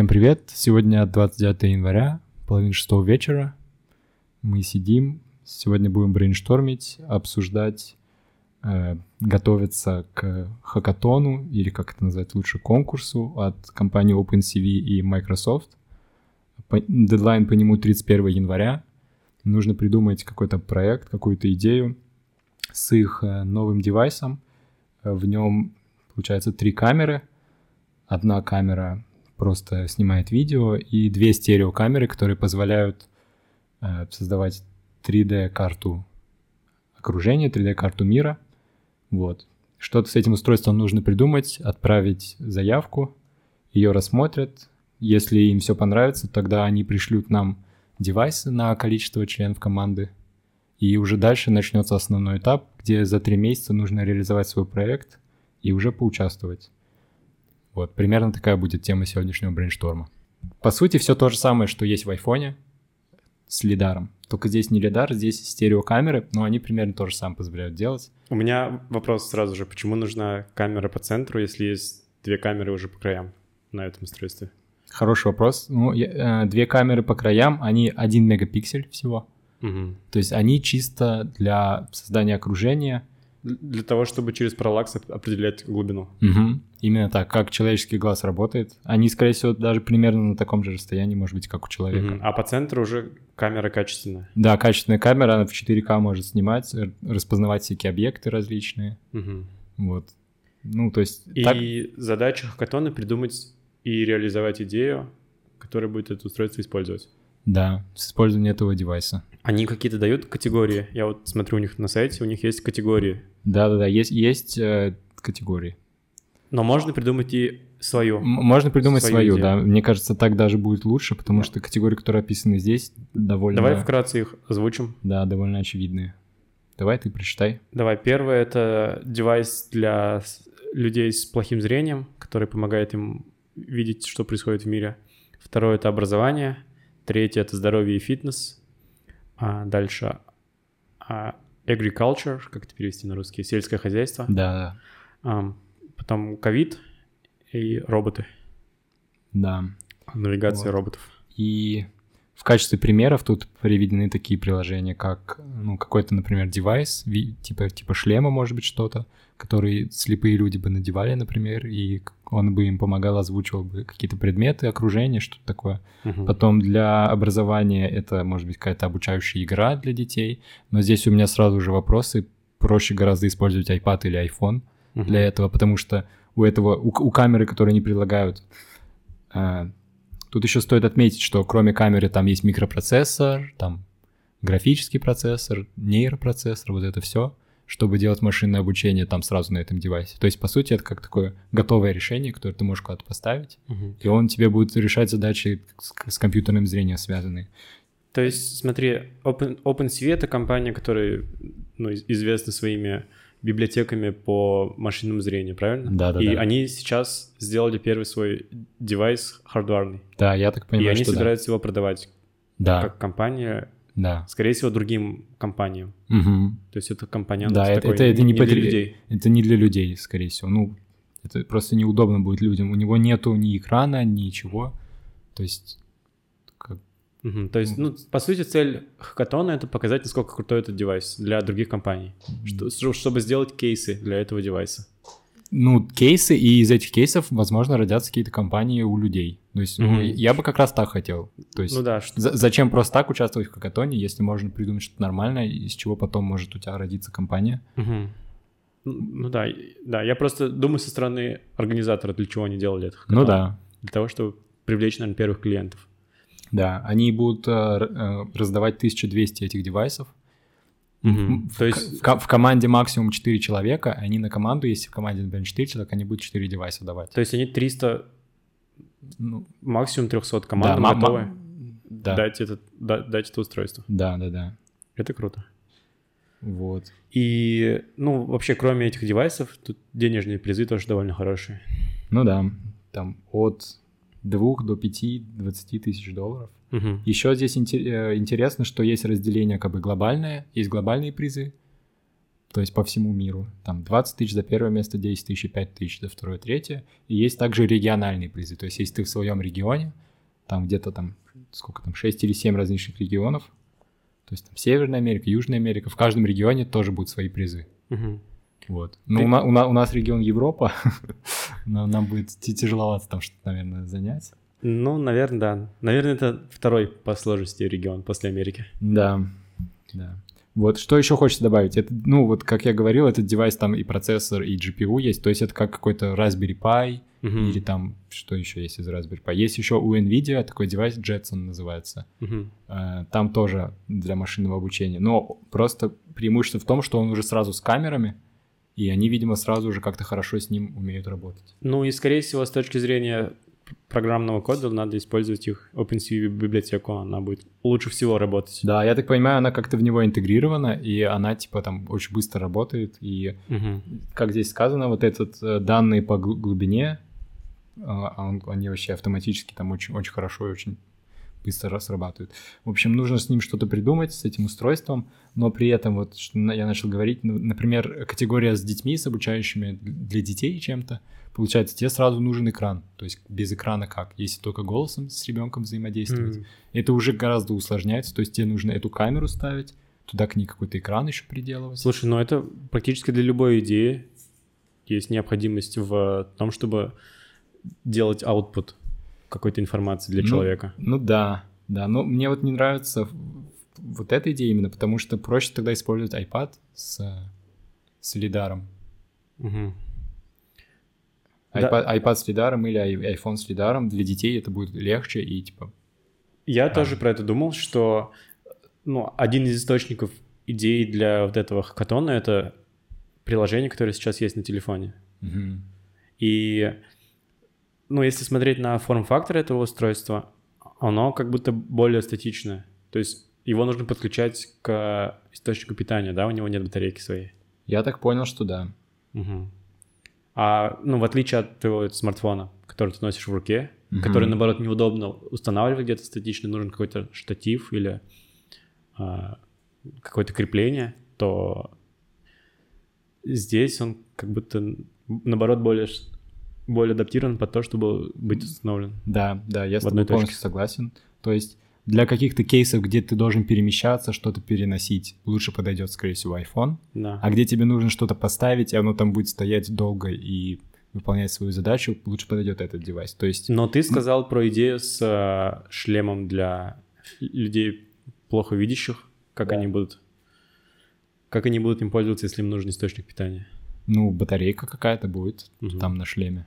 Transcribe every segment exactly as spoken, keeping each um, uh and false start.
Всем привет! Сегодня двадцать девятое января, половина шестого вечера. Мы сидим, сегодня будем брейнштормить, обсуждать, э, готовиться к хакатону, или как это назвать лучше, конкурсу от компании OpenCV и Microsoft. По, дедлайн по нему тридцать первого января. Нужно придумать какой-то проект, какую-то идею с их э, новым девайсом. В нем, получается, три камеры. Одна камера просто снимает видео, и две стереокамеры, которые позволяют э, создавать три дэ-карту окружения, три дэ-карту мира. Вот. Что-то с этим устройством нужно придумать, отправить заявку, ее рассмотрят. Если им все понравится, тогда они пришлют нам девайсы на количество членов команды. И уже дальше начнется основной этап, где за три месяца нужно реализовать свой проект и уже поучаствовать. Вот, примерно такая будет тема сегодняшнего брейншторма. По сути, все то же самое, что есть в айфоне с лидаром. Только здесь не лидар, здесь стереокамеры, но они примерно то же самое позволяют делать. У меня вопрос сразу же. Почему нужна камера по центру, если есть две камеры уже по краям на этом устройстве? Хороший вопрос. Ну, я, э, две камеры по краям, они один мегапиксель всего. Угу. То есть они чисто для создания окружения. Для того, чтобы через параллакс определять глубину. Угу. Именно так, как человеческий глаз работает. Они, скорее всего, даже примерно на таком же расстоянии, может быть, как у человека. Угу. А по центру уже камера качественная. Да, качественная камера, она в четыре ка может снимать, распознавать всякие объекты различные. Угу. Вот. Ну, то есть... И так... задача хакатона — придумать и реализовать идею, которая будет это устройство использовать. Да, с использованием этого девайса. Они какие-то дают категории? Я вот смотрю у них на сайте, у них есть категории. Да-да-да, есть, есть э, категории. Но можно придумать и свою. М- можно придумать свою, свою да. Мне кажется, так даже будет лучше, потому да. что категории, которые описаны здесь, довольно... Давай вкратце их озвучим. Да, довольно очевидные. Давай ты прочитай. Давай, первое — это девайс для людей с плохим зрением, который помогает им видеть, что происходит в мире. Второе — это образование. Третье — это здоровье и фитнес. А дальше а, agriculture, как это перевести на русский, сельское хозяйство. Да. А, потом ковид и роботы. Да. Навигация вот. роботов. И в качестве примеров тут приведены такие приложения, как ну, какой-то, например, девайс, типа, типа шлема, может быть, что-то, который слепые люди бы надевали, например, и он бы им помогал, озвучивал бы какие-то предметы, окружение, что-то такое. Uh-huh. Потом для образования это, может быть, какая-то обучающая игра для детей, но здесь у меня сразу же вопросы. Проще гораздо использовать iPad или iPhone uh-huh. для этого, потому что у этого, у, у камеры, которые они предлагают... Тут еще стоит отметить, что кроме камеры там есть микропроцессор, там графический процессор, нейропроцессор, вот это все, чтобы делать машинное обучение там сразу на этом девайсе. То есть, по сути, это как такое готовое решение, которое ты можешь куда-то поставить, угу. и он тебе будет решать задачи с, с компьютерным зрением связанные. То есть, смотри, Open, OpenCV — это компания, которая ну, известна своими библиотеками по машинному зрению, правильно? Да, да, и да. они сейчас сделали первый свой девайс хардварный. Да, я так понимаю, и они что собираются да. его продавать да. как компания, да. скорее всего, другим компаниям. Угу. То есть это компонент да, такой это, это не, не для потреб... людей. Это не для людей, скорее всего. Ну, это просто неудобно будет людям. У него нету ни экрана, ничего. То есть... Как... Угу. То есть, ну, по сути, цель хакатона — это показать, насколько крутой этот девайс для других компаний, mm-hmm. что, чтобы сделать кейсы для этого девайса. Ну, кейсы, и из этих кейсов, возможно, родятся какие-то компании у людей. То есть, mm-hmm. ну, я бы как раз так хотел. То есть, ну да. Что... за- зачем просто так участвовать в хакатоне, если можно придумать что-то нормальное, из чего потом может у тебя родиться компания? Mm-hmm. Ну да, да. Я просто думаю со стороны организатора, для чего они делали это хакатон. Ну да. Для того, чтобы привлечь, наверное, первых клиентов. Да, они будут э, э, раздавать тысячу двести этих девайсов. Mm-hmm. В, То есть... в, в команде максимум четыре человека, они на команду, если в команде, например, четыре человека, они будут четыре девайса давать. То есть они триста, ну, максимум триста командам да, готовы ма- да. дать, это, да, дать это устройство. Да, да, да. Это круто. Вот. И, ну, вообще, кроме этих девайсов, тут денежные призы тоже довольно хорошие. Ну да, там от... двух до пяти двадцати тысяч долларов. Uh-huh. Еще здесь интересно, что есть разделение как бы глобальное, есть глобальные призы, то есть по всему миру. Там двадцать тысяч за первое место, десять тысяч и пять тысяч за второе, третье. И есть также региональные призы. То есть если ты в своем регионе, там где-то там, сколько там, шесть или семь различных регионов, то есть там Северная Америка, Южная Америка, в каждом регионе тоже будут свои призы. Угу. Вот. Ну, ты... у, на, у, на, у нас регион Европа, нам, нам будет тяжеловато там что-то, наверное, занять. Ну, наверное, да. Наверное, это второй по сложности регион после Америки. Да, да. Вот, что еще хочется добавить? Это, ну, вот, как я говорил, этот девайс там и процессор, и джи пи ю есть, то есть это как какой-то Raspberry Pi, uh-huh. или там, что еще есть из Raspberry Pi? Есть еще у NVIDIA такой девайс, Jetson называется. Uh-huh. Там тоже для машинного обучения. Но просто преимущество в том, что он уже сразу с камерами, и они, видимо, сразу уже как-то хорошо с ним умеют работать. Ну и, скорее всего, с точки зрения программного кода надо использовать их OpenCV библиотеку, она будет лучше всего работать. Да, я так понимаю, она как-то в него интегрирована, и она типа там очень быстро работает, и угу. как здесь сказано, вот этот данные по глубине, он, они вообще автоматически там очень, очень хорошо и очень быстро срабатывают. В общем, нужно с ним что-то придумать, с этим устройством, но при этом, вот я начал говорить, например, категория с детьми, с обучающими для детей чем-то, получается, тебе сразу нужен экран, то есть без экрана как? Если только голосом с ребенком взаимодействовать, mm. это уже гораздо усложняется, то есть тебе нужно эту камеру ставить, туда к ней какой-то экран еще приделывать. Слушай, ну это практически для любой идеи есть необходимость в том, чтобы делать output какой-то информации для ну, человека. Ну да, да, но мне вот не нравится вот эта идея именно, потому что проще тогда использовать iPad с, с лидаром. Угу. iPad, да. iPad с лидаром или iPhone с лидаром для детей это будет легче и типа... Я правильно. Тоже про это думал, что ну, один из источников идей для вот этого хакатона — это приложение, которое сейчас есть на телефоне. Угу. И... Ну, если смотреть на форм-фактор этого устройства, оно как будто более статичное. То есть его нужно подключать к источнику питания, да? У него нет батарейки своей. Я так понял, что да. Угу. А, ну, в отличие от твоего смартфона, который ты носишь в руке, угу. который, наоборот, неудобно устанавливать где-то статично, нужен какой-то штатив или а, какое-то крепление, то здесь он как будто, наоборот, более... более адаптирован под то, чтобы быть установлен. Да, да, я с тобой полностью согласен. То есть для каких-то кейсов, где ты должен перемещаться, что-то переносить, лучше подойдет, скорее всего, iPhone. Да. А где тебе нужно что-то поставить, и оно там будет стоять долго и выполнять свою задачу, лучше подойдет этот девайс. То есть... Но ты сказал про идею с э, шлемом для людей плохо видящих, как да. они будут, как они будут им пользоваться, если им нужен источник питания. Ну, батарейка какая-то будет угу. там на шлеме.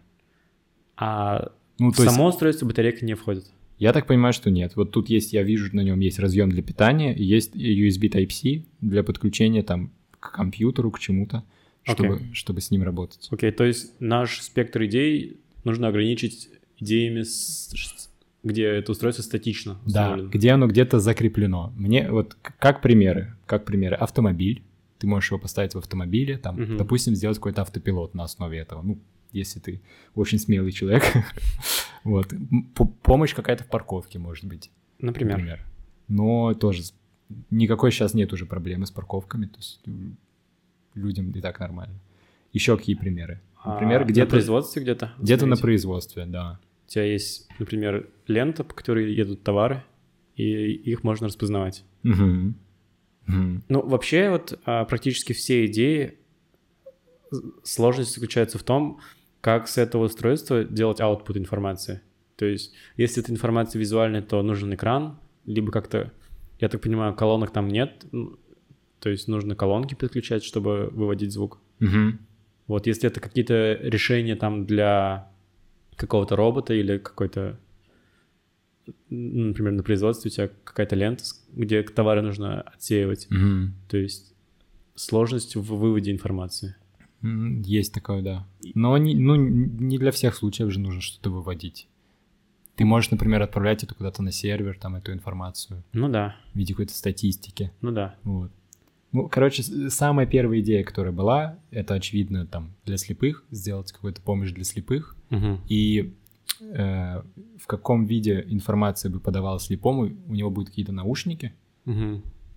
А ну, в само есть... устройство батарейка не входит? Я так понимаю, что нет. Вот тут есть, я вижу, на нем есть разъем для питания, есть ю эс би Type-C для подключения там к компьютеру, к чему-то, чтобы, okay. чтобы с ним работать. Окей, okay, то есть наш спектр идей нужно ограничить идеями, с... где это устройство статично установлено. Да, где оно где-то закреплено. Мне вот как примеры, как примеры, автомобиль. Ты можешь его поставить в автомобиле, там, uh-huh. допустим, сделать какой-то автопилот на основе этого. Ну, если ты очень смелый человек. Вот. Помощь какая-то в парковке, может быть. Например. Например. Но тоже никакой сейчас нет уже проблемы с парковками. То есть людям и так нормально. Еще какие примеры? Например, а, где-то... На производстве где-то? Где-то смотрите. На производстве, да. У тебя есть, например, лента, по которой едут товары, и их можно распознавать. Угу. Mm-hmm. Ну, вообще, вот а, практически все идеи, сложность заключается в том, как с этого устройства делать output информации. То есть, если это информация визуальная, то нужен экран, либо как-то, я так понимаю, колонок там нет, то есть нужно колонки подключать, чтобы выводить звук. Mm-hmm. Вот, если это какие-то решения там для какого-то робота или какой-то, например, на производстве у тебя какая-то лента, где товары нужно отсеивать. Mm-hmm. То есть сложность в выводе информации. Есть такое, да. Но не, ну, не для всех случаев же нужно что-то выводить. Ты можешь, например, отправлять это куда-то на сервер, там, эту информацию. Ну да. В виде какой-то статистики. Ну да. Вот. Ну, короче, самая первая идея, которая была, это, очевидно, там, для слепых, сделать какую-то помощь для слепых. Угу. И э, в каком виде информация бы подавалась слепому, у него будут какие-то наушники, угу.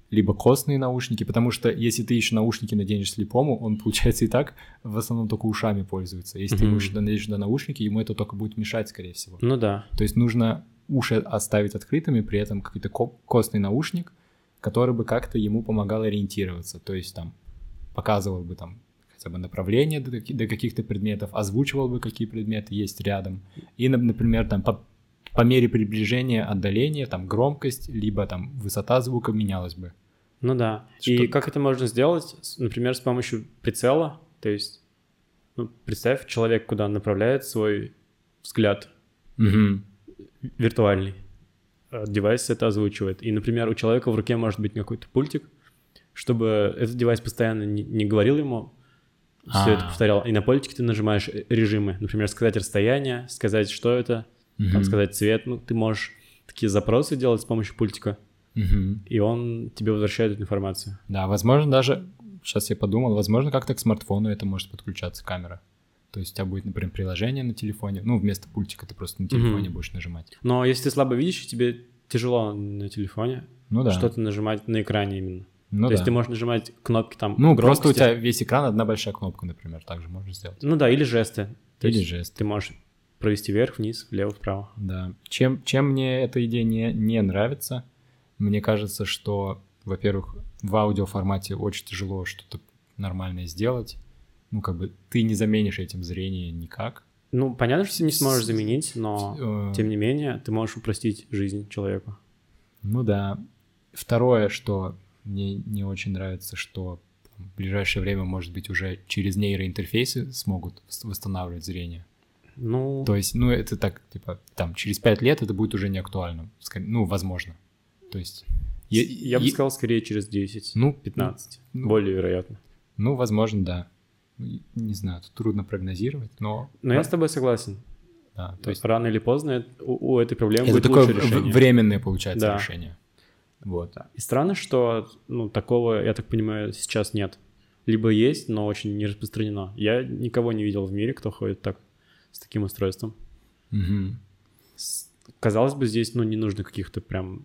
либо костные наушники, потому что если ты еще наушники наденешь слепому, он, получается, и так в основном только ушами пользуется. Если mm-hmm. ты ему еще наденешь туда наушники, ему это только будет мешать, скорее всего. Ну да. То есть нужно уши оставить открытыми, при этом какой-то костный наушник, который бы как-то ему помогал ориентироваться. То есть там показывал бы там хотя бы направление до, до каких-то предметов, озвучивал бы, какие предметы есть рядом. И, например, там по, по мере приближения, отдаления, там громкость, либо там высота звука менялась бы. Ну да. Что... И как это можно сделать? Например, с помощью прицела. То есть, ну, представь, человек куда направляет свой взгляд угу. виртуальный. Девайс это озвучивает. И, например, у человека в руке может быть какой-то пультик, чтобы этот девайс постоянно не, не говорил ему, все А-а-а. это повторял. И на пультике ты нажимаешь режимы. Например, сказать расстояние, сказать, что это, угу. там, сказать цвет. Ну, ты можешь такие запросы делать с помощью пультика, угу. и он тебе возвращает эту информацию. Да, возможно, даже, сейчас я подумал, возможно, как-то к смартфону это может подключаться камера. То есть у тебя будет, например, приложение на телефоне, ну, вместо пультика ты просто на телефоне mm-hmm. будешь нажимать. Но если ты слабо видишь, тебе тяжело на телефоне ну, да. что-то нажимать на экране именно. Ну, То да. есть ты можешь нажимать кнопки там Ну, громкости. просто у тебя весь экран одна большая кнопка, например, также можно сделать. Ну да, или жесты. То или есть жесты. Ты можешь провести вверх, вниз, влево, вправо. Да. Чем, чем мне эта идея не, не нравится, мне кажется, что, во-первых, в аудиоформате очень тяжело что-то нормальное сделать. Ну, как бы ты не заменишь этим зрение никак. Ну, понятно, что ты не сможешь заменить, но, тем не менее, ты можешь упростить жизнь человеку. Ну да. Второе, что мне не очень нравится, что там, в ближайшее время, может быть, уже через нейроинтерфейсы смогут восстанавливать зрение. Ну... То есть, ну, это так, типа, там, через пять лет это будет уже не актуально. Ну, возможно. То есть... Я, я бы и... сказал, скорее через десять, ну, пятнадцать. Ну, более вероятно. Ну, возможно, да. Не знаю, тут трудно прогнозировать, но... Но я с тобой согласен. Да, то есть... Рано или поздно у, у этой проблемы это будет такое лучшее решение. Временное, получается, да. решение. Вот. Да. И странно, что ну, такого, я так понимаю, сейчас нет. Либо есть, но очень не распространено. Я никого не видел в мире, кто ходит так, с таким устройством. Угу. С... Казалось бы, здесь ну, не нужно каких-то прям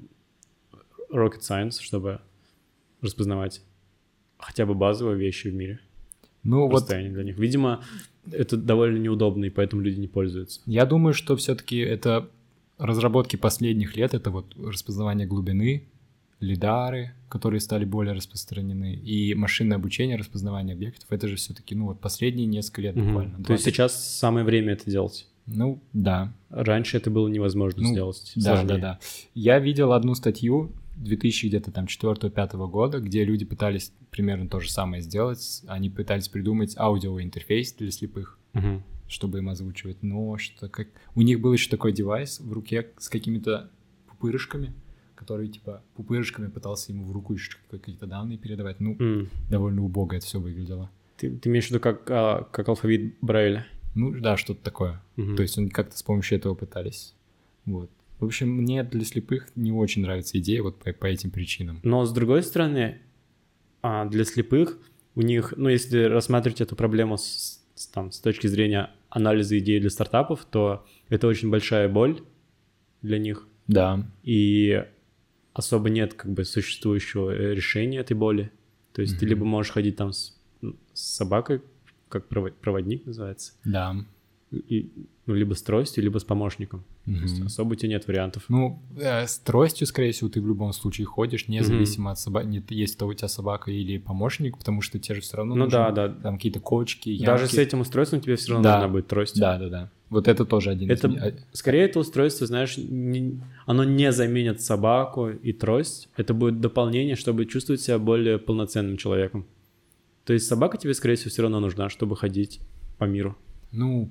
rocket science, чтобы распознавать хотя бы базовые вещи в мире. Ну, вот... для них. Видимо, это довольно неудобно, и поэтому люди не пользуются. Я думаю, что все-таки это разработки последних лет, это вот распознавание глубины, лидары, которые стали более распространены, и машинное обучение, распознавание объектов, это же все-таки, ну, вот последние несколько лет буквально. Mm-hmm. То есть сейчас самое время это делать? Ну, да. Раньше это было невозможно ну, сделать. Да, сложнее. да, да. Я видел одну статью две тысячи где-то там четвёртого-пятого года, где люди пытались примерно то же самое сделать. Они пытались придумать аудиоинтерфейс для слепых, uh-huh. чтобы им озвучивать. Но что как... У них был еще такой девайс в руке с какими-то пупырышками, который типа пупырышками пытался ему в руку еще какие-то данные передавать. Ну, mm. довольно убого это все выглядело. Ты, ты имеешь в виду как, а, как алфавит Брайля? Ну да, что-то такое. Uh-huh. То есть они как-то с помощью этого пытались. Вот. В общем, мне для слепых не очень нравится идея вот по, по этим причинам. Но, с другой стороны, для слепых у них, ну, если рассматривать эту проблему с, с, там, с точки зрения анализа идей для стартапов, то это очень большая боль для них. Да. И особо нет как бы существующего решения этой боли. То есть mm-hmm. ты либо можешь ходить там с, с собакой, как проводник называется. Да. И, ну, либо с тростью, либо с помощником. Mm-hmm. То есть особо у тебя нет вариантов. Ну, э, с тростью, скорее всего, ты в любом случае ходишь, независимо mm-hmm. от собаки, есть то у тебя собака или помощник, потому что тебе же все равно ну, нужны да, да. там какие-то кочки, ямки. Даже с этим устройством тебе все равно да. нужна будет трость. Да, да, да. Вот это тоже один это, из... Скорее, это устройство, знаешь, не, оно не заменит собаку и трость. Это будет дополнение, чтобы чувствовать себя более полноценным человеком. То есть собака тебе, скорее всего, все равно нужна, чтобы ходить по миру. Ну...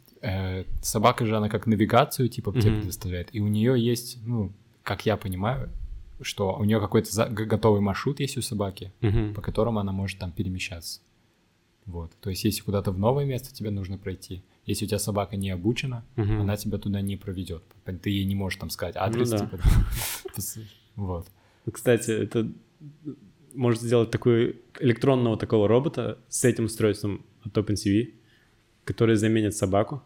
Собака же, она как навигацию типа mm-hmm. тебе предоставляет, и у нее есть, ну, как я понимаю, что у нее какой-то за- готовый маршрут есть у собаки, mm-hmm. по которому она может там перемещаться. Вот. То есть, если куда-то в новое место тебе нужно пройти, если у тебя собака не обучена, mm-hmm. она тебя туда не проведет. Ты ей не можешь там сказать адрес, ну, да. типа. Вот. Кстати, это может сделать такой электронного такого робота с этим устройством от OpenCV, который заменит собаку,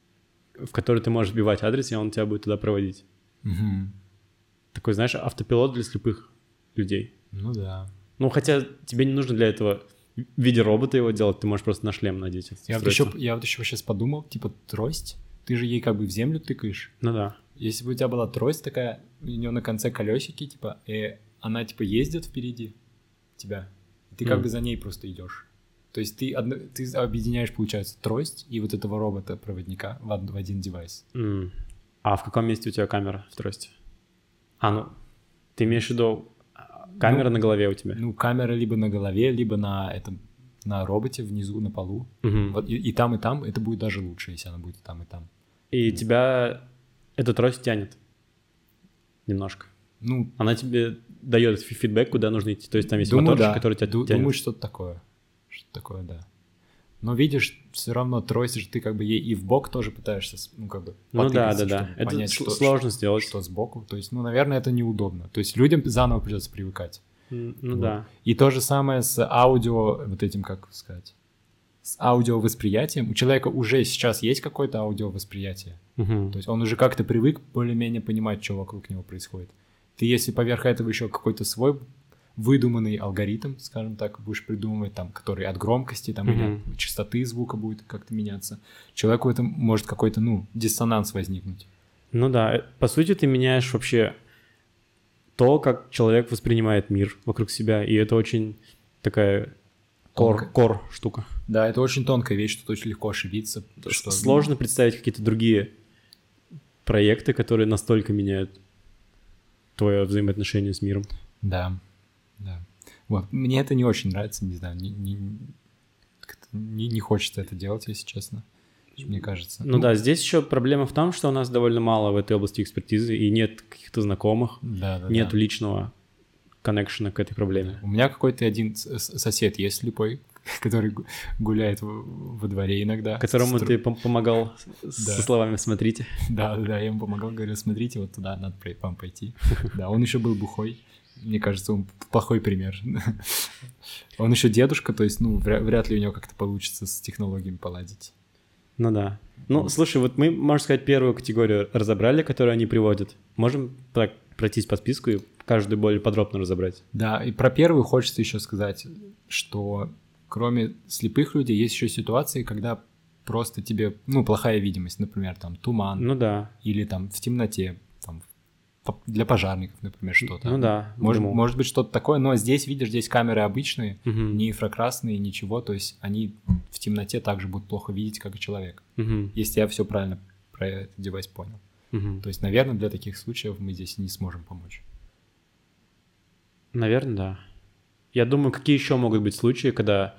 в который ты можешь вбивать адрес, и он тебя будет туда проводить. Mm-hmm. Такой, знаешь, автопилот для слепых людей. Ну да. Ну, хотя тебе не нужно для этого в виде робота его делать, ты можешь просто на шлем надеть. Я вот, еще, я вот еще сейчас подумал, типа трость, ты же ей как бы в землю тыкаешь. Ну да. Если бы у тебя была трость такая, у нее на конце колесики, типа, и она типа ездит впереди тебя, и ты mm. как бы за ней просто идешь. То есть ты, одно, ты объединяешь, получается, трость и вот этого робота-проводника в, в один девайс. Mm. А в каком месте у тебя камера в трости? А, ну, ты имеешь в виду камера ну, на голове у тебя? Ну, камера либо на голове, либо на этом, на роботе внизу, на полу. Mm-hmm. Вот, и, и там, и там это будет даже лучше, если она будет и там, и там. И mm. тебя эта трость тянет немножко? Ну, она тебе дает фидбэк, куда нужно идти? То есть там есть думаю, моторчик, да. который тебя Ду- тянет? Думаю, что-то такое. Что-то такое, да. Но видишь, все равно трость же ты как бы ей и в бок тоже пытаешься, ну как бы ну да, да, да. Это понять, с- что, сложно что, сделать. Что сбоку. То есть, ну, наверное, это неудобно. То есть людям заново придется привыкать. Mm, ну вот. да. И то же самое с аудио, вот этим, как сказать, с аудиовосприятием. У человека уже сейчас есть какое-то аудиовосприятие. Uh-huh. То есть он уже как-то привык более-менее понимать, что вокруг него происходит. Ты если поверх этого еще какой-то свой выдуманный алгоритм, скажем так, будешь придумывать, там, который от громкости там, mm-hmm. или от частоты звука будет как-то меняться, человеку это может какой-то, ну, диссонанс возникнуть. Ну да, по сути ты меняешь вообще то, как человек воспринимает мир вокруг себя, и это очень такая кор, кор штука. Да, это очень тонкая вещь, что очень легко ошибиться. Что... Сложно представить какие-то другие проекты, которые настолько меняют твое взаимоотношение с миром. Да. Да. Вот. Мне это не очень нравится, не знаю, не, не, не, не хочется это делать, если честно, мне кажется. Ну, ну да, здесь еще проблема в том, что у нас довольно мало в этой области экспертизы, и нет каких-то знакомых, да, да, нет да. личного коннекшена к этой проблеме. У меня какой-то один сосед есть слепой, который гуляет во дворе иногда. Которому Стру... ты помогал да. со словами «смотрите». Да, да, я ему помогал, говорю, смотрите, вот туда надо вам пойти. Да, он еще был бухой. Мне кажется, он плохой пример. Он еще дедушка, то есть, ну, вряд ли у него как-то получится с технологиями поладить. Ну да. Ну, слушай, вот мы, можно сказать, первую категорию разобрали, которую они приводят. Можем так пройтись по списку и каждую более подробно разобрать? Да, и про первую хочется еще сказать, что кроме слепых людей есть еще ситуации, когда просто тебе, ну, плохая видимость, например, там, туман. Ну да. Или там в темноте, там, для пожарников, например, что-то. Ну да. Может, может быть, что-то такое, но здесь, видишь, здесь камеры обычные, угу. не инфракрасные, ничего, то есть они в темноте также будут плохо видеть, как и человек. Угу. Если я все правильно про этот девайс понял. Угу. То есть, наверное, для таких случаев мы здесь не сможем помочь. Наверное, да. Я думаю, какие еще могут быть случаи, когда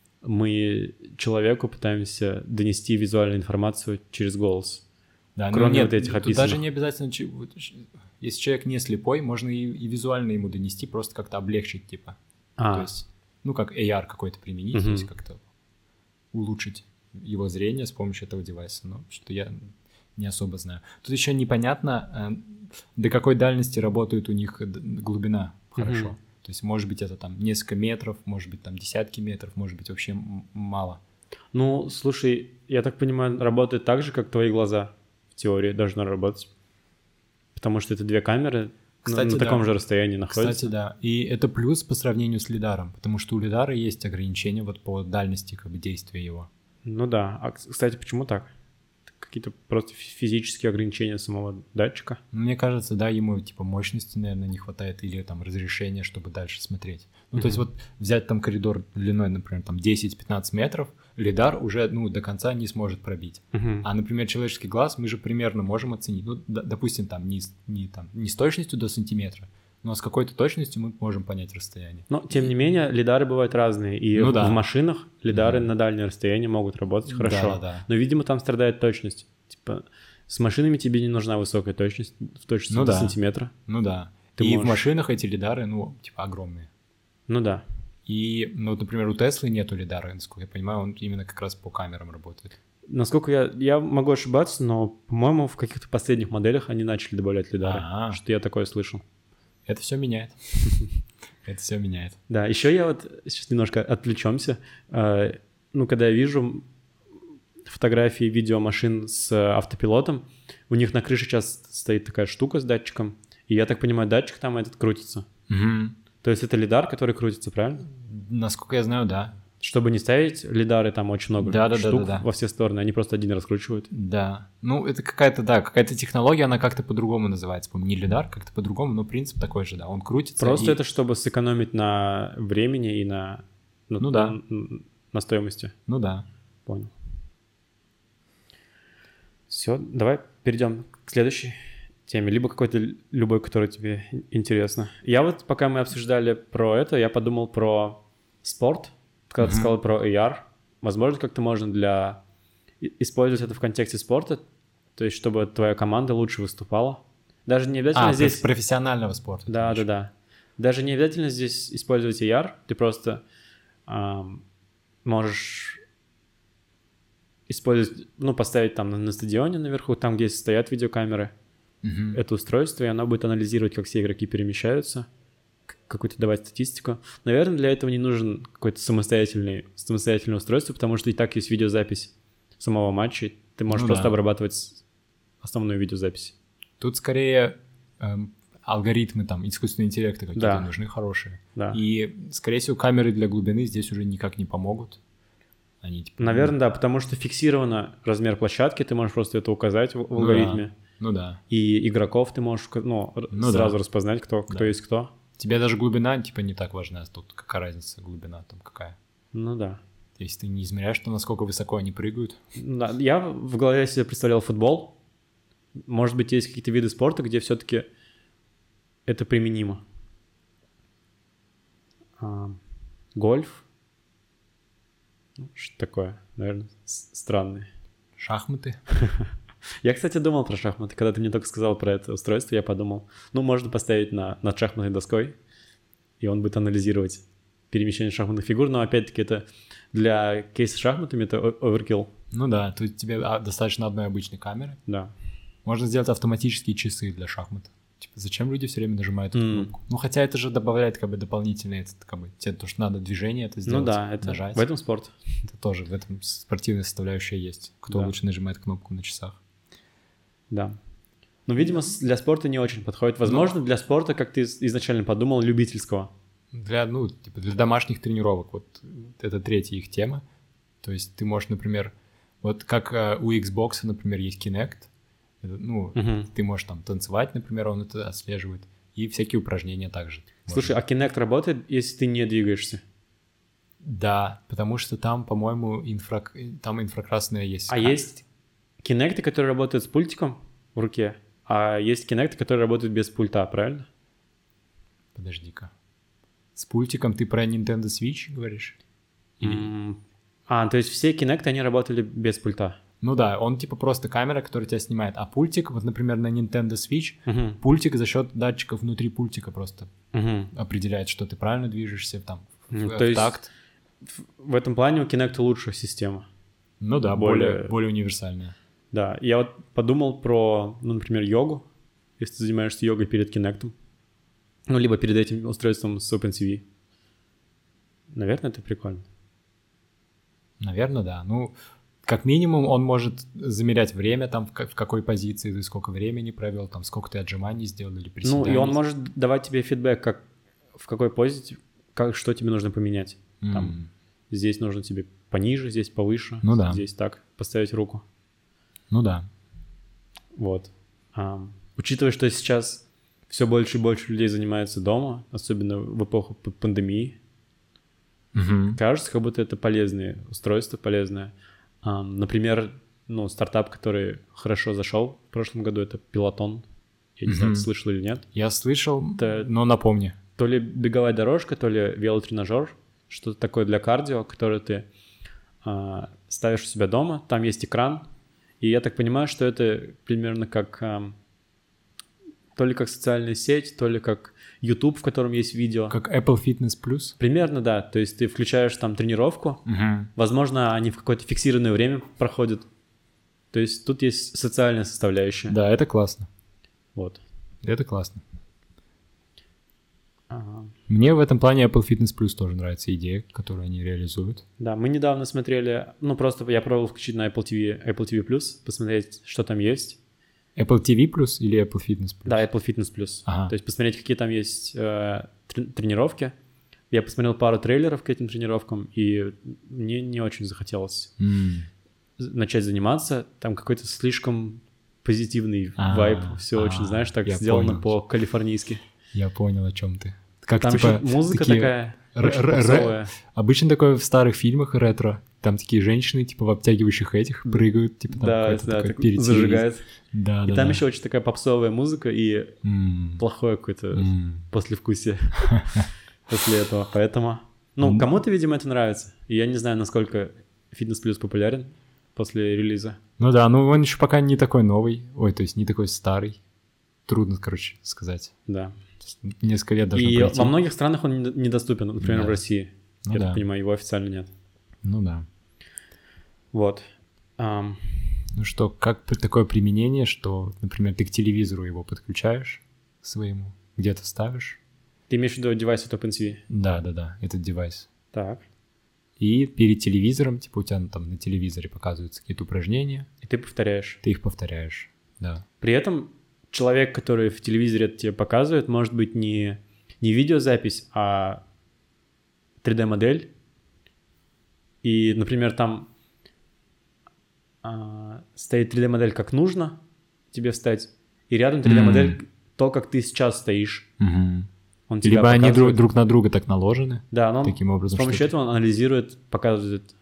мы человеку пытаемся донести визуальную информацию через голос? Да, кроме нет, вот этих тут описанных. даже не обязательно, если человек не слепой, можно и, и визуально ему донести, просто как-то облегчить, типа. А. То есть, ну, как эй ар какой-то применить, угу. то есть как-то улучшить его зрение с помощью этого девайса, но что я не особо знаю. Тут еще непонятно, до какой дальности работает у них глубина хорошо. Угу. То есть, может быть, это там несколько метров, может быть, там десятки метров, может быть, вообще мало. Ну, слушай, я так понимаю, работает так же, как твои глаза в теории должны работать. Потому что это две камеры, кстати, на, на таком да. же расстоянии находятся. Кстати, да. И это плюс по сравнению с лидаром, потому что у лидара есть ограничения вот по дальности как бы действия его. Ну да. А, кстати, почему так? Какие-то просто физические ограничения самого датчика? Мне кажется, да, ему типа мощности, наверное, не хватает или там разрешения, чтобы дальше смотреть. Ну, mm-hmm. то есть вот взять там коридор длиной, например, там десять-пятнадцать метров, лидар уже, ну, до конца не сможет пробить. Mm-hmm. А, например, человеческий глаз мы же примерно можем оценить, ну, д- допустим, там не, не, там не с точностью до сантиметра, но с какой-то точностью мы можем понять расстояние. Но, тем не менее, лидары бывают разные, и ну, в, да. в машинах лидары mm-hmm. на дальнее расстояние могут работать хорошо, да, да. но, видимо, там страдает точность. Типа, с машинами тебе не нужна высокая точность, в точности ну, до да. сантиметра. Ну да. Ты и можешь... в машинах эти лидары, ну, типа, огромные. Ну да. И, ну, вот, например, у Теслы нету лидара, насколько я понимаю, он именно как раз по камерам работает. Насколько я... Я могу ошибаться, но, по-моему, в каких-то последних моделях они начали добавлять лидары. А-а-а. Что я такое слышал. Это все меняет. Это все меняет. Да, еще я вот... Сейчас немножко отвлечемся. Ну, когда я вижу фотографии, видео машин с автопилотом, у них на крыше сейчас стоит такая штука с датчиком, и я так понимаю, датчик там этот крутится. Угу. То есть это лидар, который крутится, правильно? Насколько я знаю, да. Чтобы не ставить лидары, там очень много да, да, штук да, да, да. во все стороны, они просто один раскручивают. Да. Ну, это какая-то, да, какая-то технология, она как-то по-другому называется. По-моему, не лидар, как-то по-другому, но принцип такой же, да. Он крутится. Просто и... это чтобы сэкономить на времени и на, на, ну, да. на, на стоимости. Ну да. Понял. Все, давай перейдем к следующей теме, либо какой-то любой, который тебе интересно. Я вот, пока мы обсуждали про это, я подумал про спорт, когда mm-hmm. ты сказал про эй ар. Возможно, как-то можно для использовать это в контексте спорта, то есть чтобы твоя команда лучше выступала. Даже не обязательно а, здесь... профессионального спорта. Да, да, да. Даже не обязательно здесь использовать эй ар, ты просто эм, можешь использовать, ну, поставить там на, на стадионе наверху, там, где стоят видеокамеры, mm-hmm. это устройство, и оно будет анализировать, как все игроки перемещаются, какую-то давать статистику. Наверное, для этого не нужен какое-то самостоятельный, самостоятельное устройство, потому что и так есть видеозапись самого матча, ты можешь ну, просто да. обрабатывать основную видеозапись. Тут скорее эм, алгоритмы, там, искусственные интеллекты какие-то да. нужны хорошие. Да. И, скорее всего, камеры для глубины здесь уже никак не помогут. Они, типа, наверное, ну... да, потому что фиксировано размер площадки, ты можешь просто это указать в, в алгоритме. Ну да. ну да. И игроков ты можешь ну, ну, сразу да. распознать, кто, кто да. есть кто. Тебе даже глубина, типа, не так важна. Тут какая разница, глубина там какая. Ну да. Если ты не измеряешь, то насколько высоко они прыгают. Да, я в голове себе представлял футбол. Может быть, есть какие-то виды спорта, где все-таки это применимо. А, гольф. Что такое? Наверное, странный. Шахматы. Я, кстати, думал про шахматы. Когда ты мне только сказал про это устройство, я подумал, ну, можно поставить на, над шахматной доской, и он будет анализировать перемещение шахматных фигур, но, опять-таки, это для кейса с шахматами это оверкилл. Ну да, тут тебе достаточно одной обычной камеры. Да. Можно сделать автоматические часы для шахмат. Типа, зачем люди все время нажимают эту Mm. кнопку? Ну, хотя это же добавляет как бы дополнительное, это, как бы, тебе то, что надо движение это сделать, ну да, это нажать. В этом спорт. Это тоже, в этом спортивная составляющая есть. Кто да. лучше нажимает кнопку на часах. Да. Ну, видимо, для спорта не очень подходит. Возможно, ну, для спорта, как ты изначально подумал, любительского. Для, ну, типа, для домашних тренировок. Вот это третья их тема. То есть ты можешь, например, вот как э, у Xbox, например, есть Kinect. Это, ну, uh-huh. ты можешь там танцевать, например, он это отслеживает. И всякие упражнения также. Слушай, можно. А Kinect работает, если ты не двигаешься? Да, потому что там, по-моему, инфра... там инфракрасная есть. А есть Kinect, которые работают с пультиком в руке, а есть Kinect, которые работают без пульта, правильно? Подожди-ка. С пультиком ты про Nintendo Switch говоришь? Или... Mm. А, то есть все Kinect, они работали без пульта? Ну да, он типа просто камера, которая тебя снимает. А пультик, вот, например, на Nintendo Switch, uh-huh. пультик за счет датчиков внутри пультика просто uh-huh. определяет, что ты правильно движешься там uh-huh. в, то в есть такт. В этом плане у Kinect лучшая система. Ну да, более, более, более универсальная. Да, я вот подумал про, ну, например, йогу, если ты занимаешься йогой перед Kinect, ну, либо перед этим устройством с OpenCV. Наверное, это прикольно. Наверное, да. Ну, как минимум, он может замерять время, там, в, в какой позиции ты сколько времени провел, там, сколько ты отжиманий сделал или приседаний. Ну, и он может давать тебе фидбэк, как, в какой позе, как, что тебе нужно поменять. Mm. Там, здесь нужно тебе пониже, здесь повыше, ну, да. здесь так, поставить руку. Ну да. Вот. А, учитывая, что сейчас все больше и больше людей занимаются дома, особенно в эпоху пандемии, mm-hmm. кажется, как будто это полезное устройство, полезное. А, например, ну, стартап, который хорошо зашел в прошлом году, это Peloton. Я не mm-hmm. знаю, ты слышал или нет. Я слышал, это но напомни. То ли беговая дорожка, то ли велотренажер, что-то такое для кардио, которое ты а, ставишь у себя дома, там есть экран, и я так понимаю, что это примерно как а, то ли как социальная сеть, то ли как YouTube, в котором есть видео. Как Apple Fitness Plus? Примерно, да. То есть ты включаешь там тренировку, угу. возможно, они в какое-то фиксированное время проходят. То есть тут есть социальная составляющая. Да, это классно. Вот. Это классно. Ага. Мне в этом плане Apple Fitness Plus тоже нравится идея, которую они реализуют. Да, мы недавно смотрели, ну просто я пробовал включить на Apple ти ви, Apple ти ви Plus, посмотреть, что там есть. Apple ти ви Plus или Apple Fitness Plus? Да, Apple Fitness Plus. Ага. То есть посмотреть, какие там есть э, трени- тренировки. Я посмотрел пару трейлеров к этим тренировкам, и мне не очень захотелось Mm. начать заниматься. Там какой-то слишком позитивный А, вайб. Все а, очень, знаешь, так я сделано понял. по-калифорнийски. Я понял, о чем ты. Как, Там типа, еще музыка такие такая, р- очень р- р- попсовая. Обычно такое в старых фильмах ретро. Там такие женщины, типа, в обтягивающих этих прыгают, типа, там Да, какой-то да, такой так перед телевизором. зажигает. Да, И да, там да. еще очень такая попсовая музыка и М, плохое какое-то м. послевкусие после этого. Поэтому, ну, М. кому-то, видимо, это нравится. И я не знаю, насколько Fitness Plus популярен после релиза. Ну да, ну он еще пока не такой новый. Ой, то есть не такой старый. Трудно, короче, сказать. Да. То есть несколько лет должно И пройти. во многих странах он не- недоступен, например, Да. в России. Ну Я да. так понимаю, его официально нет. Ну да. Вот. Ам, Ну что, как при- такое применение, что, например, ты к телевизору его подключаешь к своему, где-то ставишь? Ты имеешь в виду девайс от OpenTV? Да, да, да, этот девайс. Так. И перед телевизором, типа у тебя ну, там на телевизоре показываются какие-то упражнения, И ты повторяешь. ты их повторяешь. Да. При этом человек, который в телевизоре это тебе показывает, может быть не, не видеозапись, а три дэ-модель. И, например, там а, стоит три дэ-модель как нужно тебе встать, и рядом три дэ-модель М. то, как ты сейчас стоишь. Мгм. Он тебя Либо они друг, показывает. друг на друга так наложены, Да, но он таким образом. с помощью что- этого он анализирует, показывает,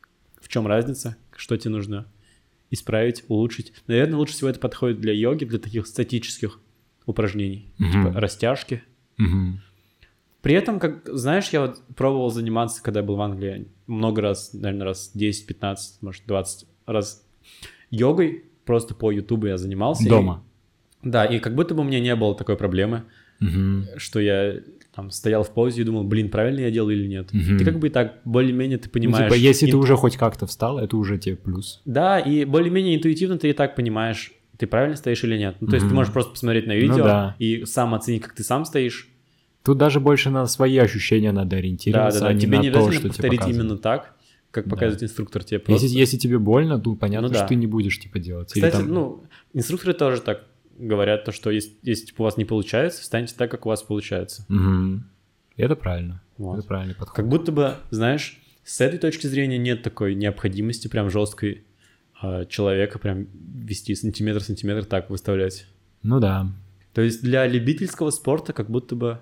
в чем разница, что тебе нужно исправить, улучшить. Наверное, лучше всего это подходит для йоги, для таких статических упражнений, Мгм. типа растяжки. Мгм. При этом, как знаешь, я вот пробовал заниматься, когда был в Англии, много раз, наверное, раз десять, пятнадцать, может, двадцать раз йогой, просто по Ютубу я занимался. Дома. И- да, и как будто бы у меня не было такой проблемы, Мгм. что я там стоял в позе и думал, блин, правильно я делаю или нет. Мгм. Ты как бы и так более-менее ты Ну, понимаешь. типа, если ты ин- уже хоть как-то встал, это уже тебе плюс. Да, и более-менее интуитивно ты и так понимаешь, ты правильно стоишь или нет. Ну, то есть ты Мгм. можешь просто посмотреть на Ну видео да. и сам оценить, как ты сам стоишь. Тут даже больше на свои ощущения надо Да, ориентироваться, да, да. а не Тебе на не то, обязательно что тебе повторить показывают. именно так, как Да. показывает инструктор тебе. Просто... Если, если тебе больно, то понятно, Ну что да. ты не будешь типа делать. Или Кстати, там- ну, инструкторы тоже так говорят, то, что если, если типа, у вас не получается, встаньте так, как у вас получается. Мгм. Это правильно. Вот. Это правильный подход. Как будто бы, знаешь, с этой точки зрения нет такой необходимости прям жесткой а, человека прям вести сантиметр-сантиметр так выставлять. Ну да. То есть для любительского спорта как будто бы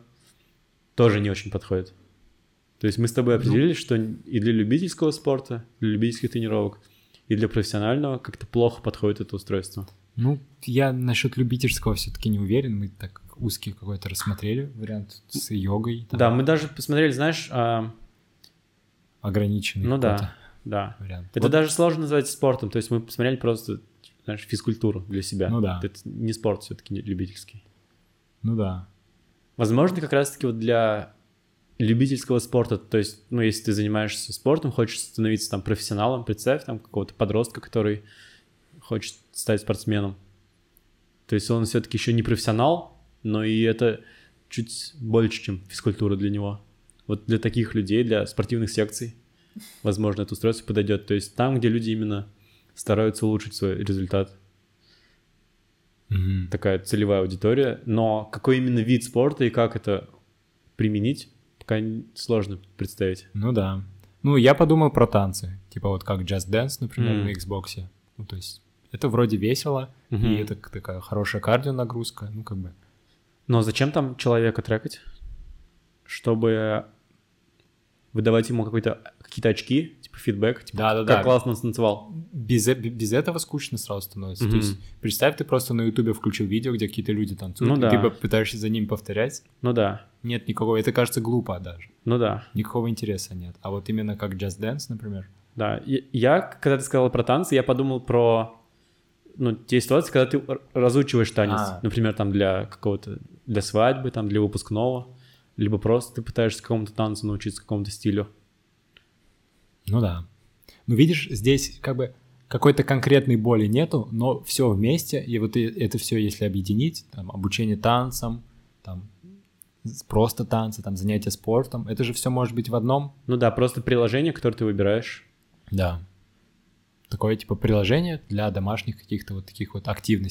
тоже не очень подходит. То есть мы с тобой определили, что и для любительского спорта, для любительских тренировок, и для профессионального как-то плохо подходит это устройство. Ну, я насчет любительского все-таки не уверен. Мы так узкий какой-то рассмотрели вариант с йогой. там Да, мы даже посмотрели, знаешь, а, ограниченный ну какой-то да, да. вариант. Это Вот, даже сложно назвать спортом. То есть мы посмотрели просто, знаешь, физкультуру для себя. Ну да. Это не спорт все-таки, не любительский. Ну да. Возможно, как раз-таки вот для любительского спорта, то есть, ну, если ты занимаешься спортом, хочешь становиться там профессионалом, представь там какого-то подростка, который хочет стать спортсменом. То есть он все-таки еще не профессионал, но и это чуть больше, чем физкультура для него. Вот для таких людей, для спортивных секций, возможно, это устройство подойдет. То есть там, где люди именно стараются улучшить свой результат. Мгм. Такая целевая аудитория. Но какой именно вид спорта и как это применить, пока н- сложно представить. Ну да. Ну, я подумал про танцы. Типа вот как Just Dance, например, М. на Xbox. Ну, то есть это вроде весело, Мгм. и это к- такая хорошая кардионагрузка. Ну, как бы... Но зачем там человека трекать? Чтобы выдавать ему какой-то, какие-то очки, типа фидбэк, типа, Да-да-да. как классно он станцевал. Без, э- без этого скучно сразу становится. Мгм. То есть представь, ты просто на Ютубе включил видео, где какие-то люди танцуют, Ну и да. ты бы пытаешься за ним повторять. Ну да, Нет никакого... Это кажется глупо даже. ну да, Никакого интереса нет. А вот именно как Just Dance, например. да. И- Я, когда ты сказал про танцы, я подумал про, ну, те ситуации, когда ты р- разучиваешь танец. А. Например, там для какого-то, для свадьбы, там для выпускного, либо просто ты пытаешься какому-то танцу научиться, какому-то стилю. Ну да. Ну видишь, здесь как бы какой-то конкретной боли нету, но все вместе, и вот и- это все, если объединить, там, обучение танцам, там, с- просто танцы, там, занятия спортом, это же все может быть в одном. Ну да, просто приложение, которое ты выбираешь. Да. Такое типа приложение для домашних каких-то вот таких вот активностей.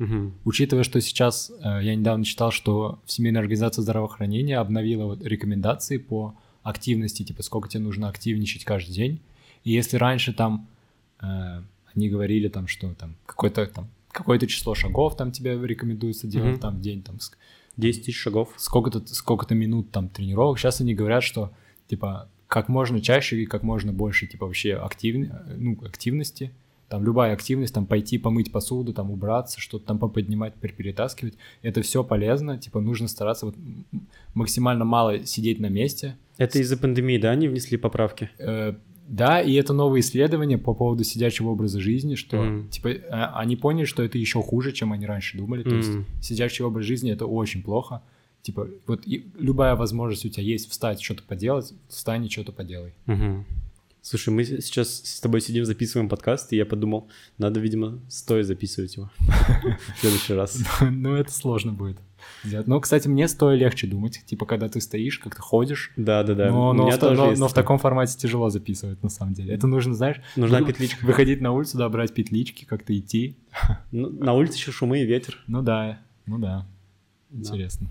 Угу. Учитывая, что сейчас, э, я недавно читал, что Всемирная организация здравоохранения обновила вот рекомендации по активности, типа сколько тебе нужно активничать каждый день. И если раньше там э, они говорили там, что там какое-то там какое-то число шагов там тебе рекомендуется делать Угу. там в день, там десять тысяч шагов. Сколько-то, сколько-то минут там тренировок. Сейчас они говорят, что типа как можно чаще и как можно больше типа вообще актив... ну, активности. Там любая активность, там пойти помыть посуду, там убраться, что-то там поподнимать, перетаскивать. Это все полезно. Типа нужно стараться вот максимально мало сидеть на месте. Это из-за пандемии, да, они внесли поправки? Э, да, и это новые исследования по поводу сидячего образа жизни, что Mm. типа они поняли, что это еще хуже, чем они раньше думали. То Mm. есть сидячий образ жизни — это очень плохо. Типа вот и любая возможность у тебя есть встать, что-то поделать, встань и что-то поделай. Угу. Слушай, мы сейчас с тобой сидим, записываем подкаст, и я подумал, надо, видимо, стоя записывать его в следующий раз. Ну, это сложно будет сделать. Но, кстати, мне стоя легче думать. Типа, когда ты стоишь, как-то ходишь. Да-да-да. Но, но, в, но, но в таком формате тяжело записывать, на самом деле. Это нужно, знаешь... Нужна петличка. Выходить на улицу, да, брать петлички, как-то идти. Ну, на улице еще шумы и ветер. Ну да, ну да. Интересно.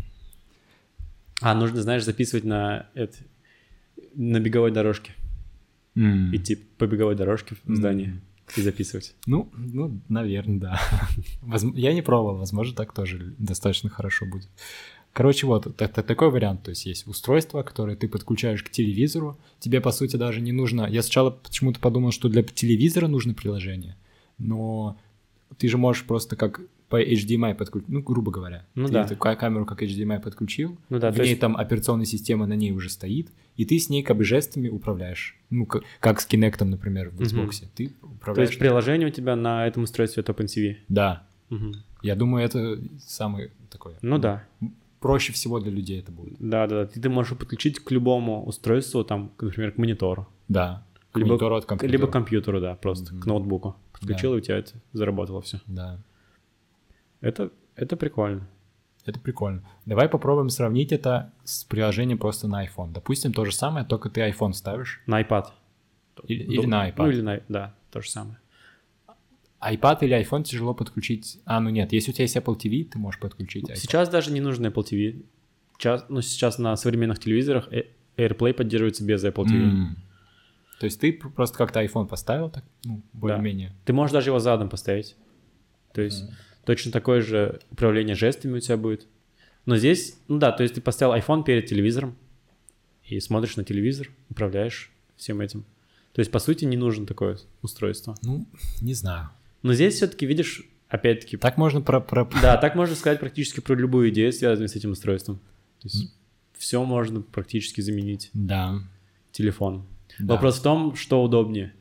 А, нужно, знаешь, записывать на, это, на беговой дорожке. Mm. Идти по беговой дорожке в здании mm. и записывать. Ну, ну, наверное, да. Я не пробовал, возможно, так тоже достаточно хорошо будет. Короче, вот такой вариант. То есть есть устройство, которое ты подключаешь к телевизору. Тебе, по сути, даже не нужно... Я сначала почему-то подумал, что для телевизора нужно приложение, но ты же можешь просто как по эйч ди эм ай подключить, ну, грубо говоря. Ну ты да. эту камеру как эйч ди эм ай подключил, ну да, в ней есть... там операционная система на ней уже стоит, и ты с ней как бы жестами управляешь. Ну, как, как с Kinect, например, в Xbox. Mm-hmm. Ты управляешь... То есть приложение у тебя на этом устройстве от OpenTV? Да. Mm-hmm. Я думаю, это самый такой... Ну да. Проще всего для людей это будет. Да-да, ты, ты можешь подключить к любому устройству, там, например, к монитору. Да. К либо, монитору от компьютера. Либо к компьютеру, да, просто mm-hmm. к ноутбуку. Подключил, да. и у тебя это заработало все. Да. Это, это прикольно. Это прикольно. Давай попробуем сравнить это с приложением просто на iPhone. Допустим, то же самое, только ты iPhone ставишь. На iPad. Или, или на iPad. Ну или на... Да, то же самое. iPad или iPhone тяжело подключить. А, ну нет, если у тебя есть Apple ти ви, ты можешь подключить iPad. Сейчас даже не нужно Apple ти ви. Сейчас, ну, сейчас на современных телевизорах AirPlay поддерживается без Apple ти ви. Mm. То есть ты просто как-то iPhone поставил, так, ну, более-менее. Да. Ты можешь даже его задом поставить. То есть mm. точно такое же управление жестами у тебя будет. Но здесь, ну да, то есть ты поставил iPhone перед телевизором и смотришь на телевизор, управляешь всем этим. То есть, по сути, не нужно такое устройство. Ну, не знаю. Но здесь все-таки, видишь, опять-таки... Так можно про... про... Да, так можно сказать практически про любую идею, связанную с этим устройством. То есть mm. все можно практически заменить да. телефоном. Да. Вопрос в том, что удобнее.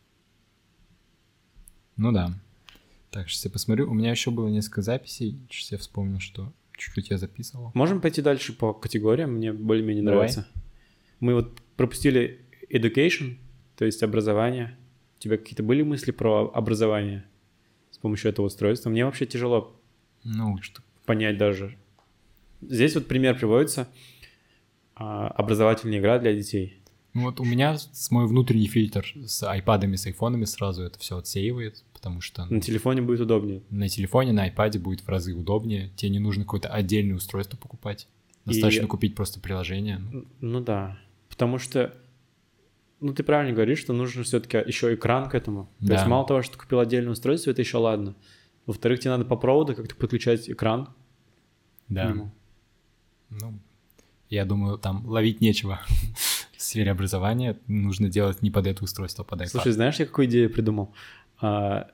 Ну да. Так, сейчас я посмотрю. У меня еще было несколько записей. Сейчас я вспомнил, что чуть-чуть я записывал. Можем пойти дальше по категориям? Мне более-менее Давай. нравится. Мы вот пропустили education, то есть образование. У тебя какие-то были мысли про образование с помощью этого устройства? Мне вообще тяжело ну, что... понять даже. Здесь вот пример приводится. А, образовательная игра для детей. Ну вот у меня с мой внутренний фильтр с айпадами, с айфонами сразу это все отсеивает, потому что... На телефоне будет удобнее. На телефоне, на айпаде будет в разы удобнее. Тебе не нужно какое-то отдельное устройство покупать. Достаточно И... купить просто приложение. Ну. ну да, потому что... Ну, ты правильно говоришь, что нужен все-таки еще экран к этому. То да. есть мало того, что ты купил отдельное устройство, это еще ладно. Во-вторых, тебе надо по проводу как-то подключать экран. Да. Ну, я думаю, там ловить нечего. В сфере образования нужно делать не под это устройство, а под iPad. Слушай, знаешь, я какую идею придумал? А...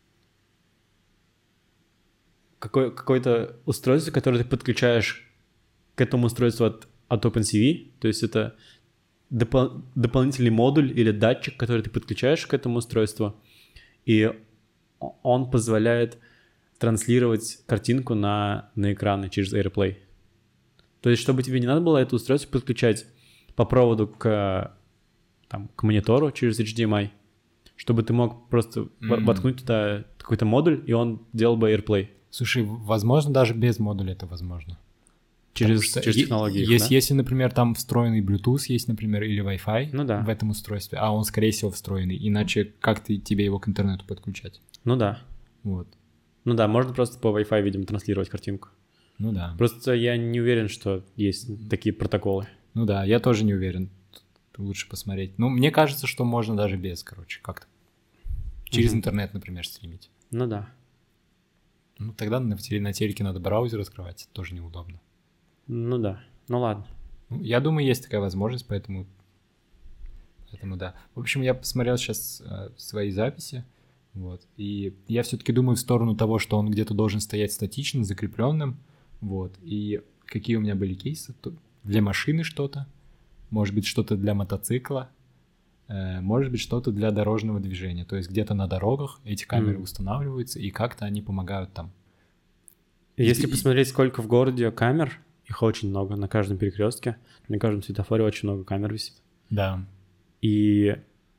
Какое- какое-то устройство, которое ты подключаешь к этому устройству от, от OpenCV, то есть это Допол- дополнительный модуль или датчик, который ты подключаешь к этому устройству, и он позволяет транслировать картинку на, на экраны через AirPlay. То есть, чтобы тебе не надо было это устройство подключать по проводу к, там, к монитору через эйч ди эм ай, чтобы ты мог просто mm-hmm. воткнуть туда какой-то модуль, и он делал бы AirPlay. Слушай, возможно, даже без модуля это возможно. Через, через технологии. Если, да? если, например, там встроенный Bluetooth есть, например, или Wi-Fi ну, да. в этом устройстве, а он, скорее всего, встроенный, иначе как ты тебе его к интернету подключать? Ну да. Вот. Ну да, можно просто по Wi-Fi, видимо, транслировать картинку. Ну да. Просто я не уверен, что есть такие протоколы. Ну да, я тоже не уверен. Тут лучше посмотреть. Ну, мне кажется, что можно даже без, короче, как-то. Через Мгм. интернет, например, стримить. Ну да. Ну, тогда на, теле- на телеке надо браузер открывать, это тоже неудобно. Ну да. Ну ладно. Ну, я думаю, есть такая возможность, поэтому... Поэтому да. В общем, я посмотрел сейчас э, свои записи, вот, и я все-таки думаю в сторону того, что он где-то должен стоять статично, закрепленным, вот, и какие у меня были кейсы? То для машины что-то, может быть, что-то для мотоцикла, э, может быть, что-то для дорожного движения, то есть где-то на дорогах эти камеры Мгм. устанавливаются, и как-то они помогают там. Если И- посмотреть, сколько в городе камер, их очень много на каждом перекрестке, на каждом светофоре очень много камер висит. Да. И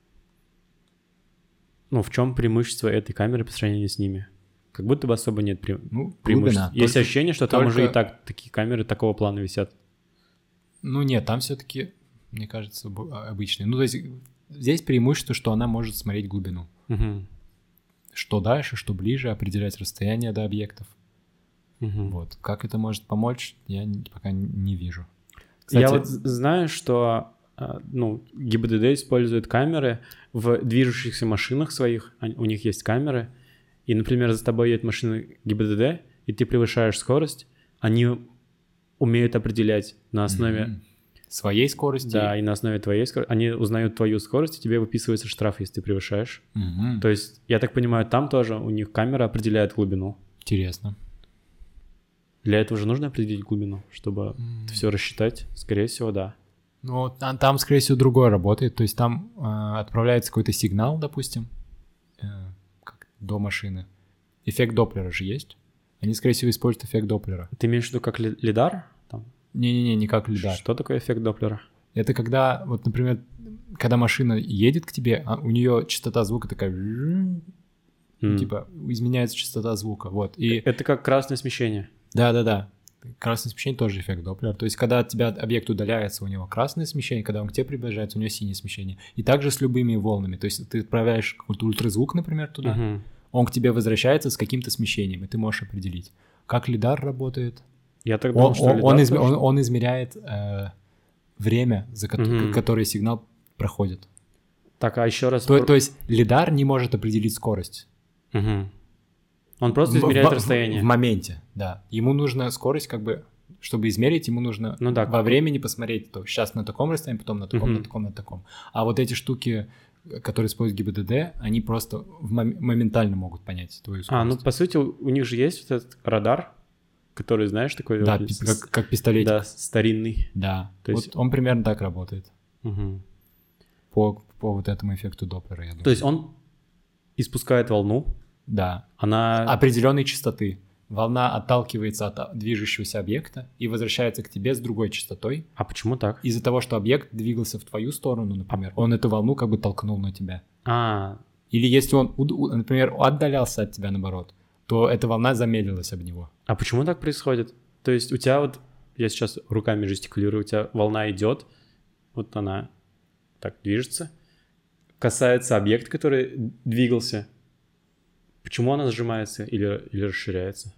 ну, в чем преимущество этой камеры по сравнению с ними? Как будто бы особо нет пре... Ну, преимуществ. глубина. Есть Только- ощущение, что там только- уже и так такие камеры такого плана висят. Ну нет, там все-таки, мне кажется, б- обычные. Ну, то есть здесь преимущество, что она может смотреть глубину. Мгм. Что дальше, что ближе, определять расстояние до объектов. Мгм. Вот. Как это может помочь, я н- пока н- не вижу. Я Кстати, вот з- знаю, что а, ну, ГИБДД использует камеры в движущихся машинах своих. Они- у них есть камеры. И, например, за тобой едет машина ГИБДД, и ты превышаешь скорость, они умеют определять на основе... м, своей скорости. Да, и на основе твоей скорости. Они узнают твою скорость, и тебе выписывается штраф, если ты превышаешь. Мгм. То есть, я так понимаю, там тоже у них камера определяет глубину. Интересно. Для этого же нужно определить глубину, чтобы М. все рассчитать. Скорее всего, да. Ну, там, там, скорее всего, другое работает. То есть там э, отправляется какой-то сигнал, допустим, э, как до машины. Эффект Доплера же есть. Они, скорее всего, используют эффект Доплера. Ты имеешь в виду как ли- лидар? Там? Не-не-не, не как лидар. Что такое эффект Доплера? Это когда, вот, например, когда машина едет к тебе, а у нее частота звука такая, М. типа, изменяется частота звука, вот. И Это как красное смещение. да-да-да, красное смещение тоже эффект Доплера. То есть, когда от тебя объект удаляется, у него красное смещение, когда он к тебе приближается, у него синее смещение. И также с любыми волнами. То есть, ты отправляешь какой-то ультразвук, например, туда, Мгм. он к тебе возвращается с каким-то смещением, и ты можешь определить, как лидар работает. Я так Он, думал, что он- он лидар изме- тоже- он- он измеряет э, время, за ко- Мгм. которое сигнал проходит. Так, а еще раз... То, про- то есть лидар не может определить скорость. Мгм. Он просто В- измеряет в- расстояние. В, моменте, да. Ему нужна скорость, как бы, чтобы измерить, ему нужно Ну да, во как- времени посмотреть, то сейчас на таком расстоянии, потом на таком, Мгм. на таком, на таком. А вот эти штуки, которые используют ГИБДД, они просто в мом- моментально могут понять твою скорость. А, ну по сути у у них же есть вот этот радар, который, знаешь, такой... да, вот пи- с- как, как пистолетик. Да, старинный. Да. То Вот есть- он примерно так работает. Мгм. По, по вот этому эффекту Доплера, я думаю. То есть он испускает волну, Да. она... Определенной частоты. Волна отталкивается от движущегося объекта и возвращается к тебе с другой частотой. А почему так? Из-за того, что объект двигался в твою сторону, например, он эту волну как бы толкнул на тебя. А, Или если он, уд- у- например, отдалялся от тебя, наоборот, то эта волна замедлилась об него. а почему так происходит? То есть у тебя вот... Я сейчас руками жестикулирую, у тебя волна идет, вот она так движется, касается объекта, который двигался. Почему она сжимается или, или расширяется?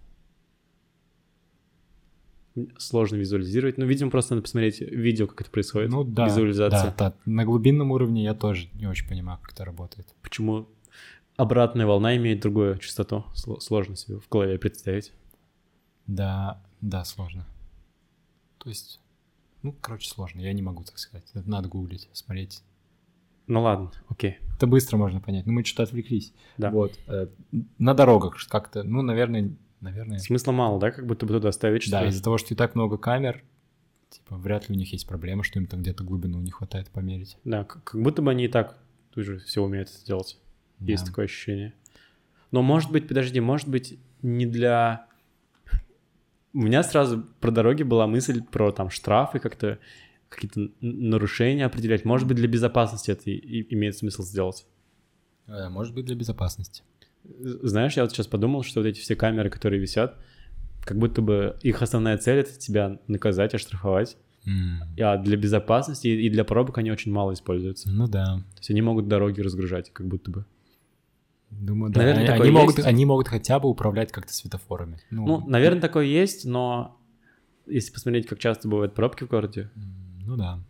Сложно визуализировать. Ну, видимо, просто надо посмотреть видео, как это происходит. Ну да, Визуализация. да, да. На глубинном уровне я тоже не очень понимаю, как это работает. Почему обратная волна имеет другую частоту? Сло- Сложно себе в голове представить. Да, да, сложно. То есть, ну, короче, сложно, я не могу так сказать. Это надо гуглить, смотреть. Ну ладно, окей. Это быстро можно понять. Ну, мы что-то отвлеклись. Да. Вот. э, На дорогах как-то, ну, наверное, наверное... Смысла мало, да, как будто бы туда ставить Да, что-то? из-за того, что и так много камер, типа, вряд ли у них есть проблема, что им там где-то глубину не хватает померить. Да, к- как будто бы они и так тоже все умеют это делать. Есть Да. такое ощущение. Но может быть, подожди, может быть, не для... У меня сразу про дороги была мысль про там штрафы как-то, какие-то н- нарушения определять. Может быть, для безопасности это и- и имеет смысл сделать. Э, Может быть, для безопасности. З- Знаешь, я вот сейчас подумал, что вот эти все камеры, которые висят, как будто бы их основная цель — это тебя наказать, оштрафовать. М, А для безопасности и и для пробок они очень мало используются. Ну да. То есть они могут дороги разгружать, как будто бы. Думаю, Ну да, Наверное, они, такое они могут, есть. они могут хотя бы управлять как-то светофорами. Ну, Ну, наверное, такое есть, но если посмотреть, как часто бывают пробки в городе, м, ну да.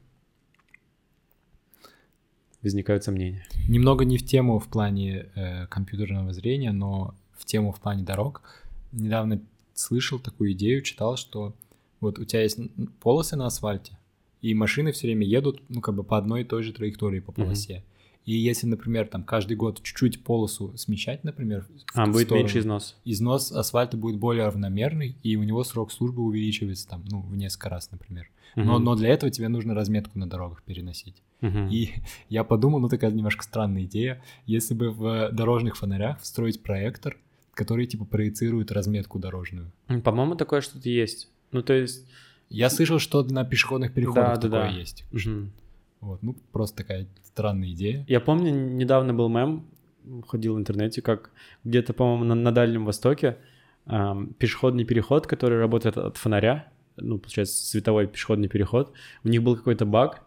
возникают сомнения. Немного не в тему в плане э, компьютерного зрения, но в тему в плане дорог. Недавно слышал такую идею, читал, что вот у тебя есть н- полосы на асфальте, и машины все время едут, ну, как бы по одной и той же траектории по полосе. Mm-hmm. И если, например, там каждый год чуть-чуть полосу смещать, например, а, в будет сторону, меньше износ. Износ асфальта будет более равномерный, и у него срок службы увеличивается там, ну, в несколько раз, например. Uh-huh. Но, но для этого тебе нужно разметку на дорогах переносить. Uh-huh. И я подумал, ну, такая немножко странная идея, если бы в дорожных фонарях встроить проектор, который, типа, проецирует разметку дорожную. По-моему, такое что-то есть. Ну, то есть... Я слышал, что на пешеходных переходах да, такое да, да. есть. Uh-huh. Вот, ну, просто такая странная идея. Я помню, недавно был мем, ходил в интернете, как где-то, по-моему, на, на Дальнем Востоке эм, пешеходный переход, который работает от фонаря, ну, получается, световой пешеходный переход, у них был какой-то баг,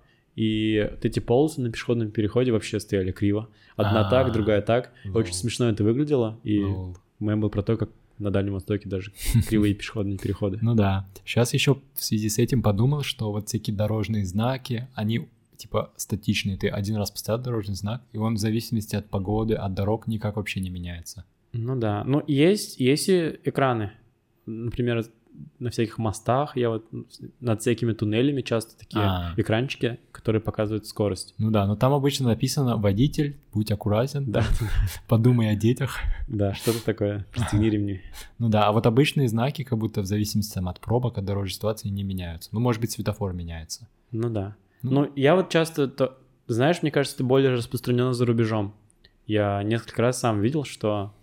и вот эти полосы на пешеходном переходе вообще стояли криво. Одна А-а-а. так, другая так. Лол. Очень смешно это выглядело, и Лол. мем был про то, как на Дальнем Востоке даже кривые пешеходные переходы. Ну да. Сейчас еще в связи с этим подумал, что вот всякие дорожные знаки, они типа статичные. Ты один раз поставил дорожный знак, и он в зависимости от погоды, от дорог никак вообще не меняется. Ну да. Ну есть, есть и экраны. Например, на всяких мостах, я вот над всякими туннелями часто такие А. экранчики, которые показывают скорость. Ну да, но там обычно написано: водитель, будь аккуратен, Да. подумай о детях. Да, что-то такое. Пристегни ремни. Ну да, а вот обычные знаки как будто в зависимости там, от пробок, от дорожной ситуации не меняются. Ну, может быть, светофор меняется. Ну да. Ну. Ну, я вот часто, то, знаешь, мне кажется, это более распространено за рубежом. Я несколько раз сам видел, что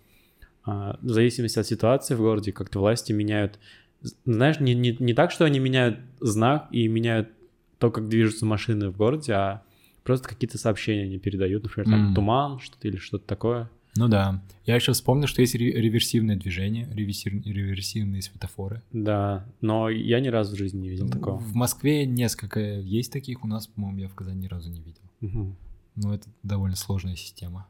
а, в зависимости от ситуации в городе как-то власти меняют. Знаешь, не, не, не так, что они меняют знак и меняют то, как движутся машины в городе, а просто какие-то сообщения они передают. Например, там Mm. туман, что-то или что-то такое. Ну да. Я еще вспомнил, что есть ре- реверсивное движение, реверсив- реверсивные светофоры. Да, но я ни разу в жизни не видел такого. В Москве несколько есть таких, у нас, по-моему, я в Казани ни разу не видел. Угу. Но это довольно сложная система.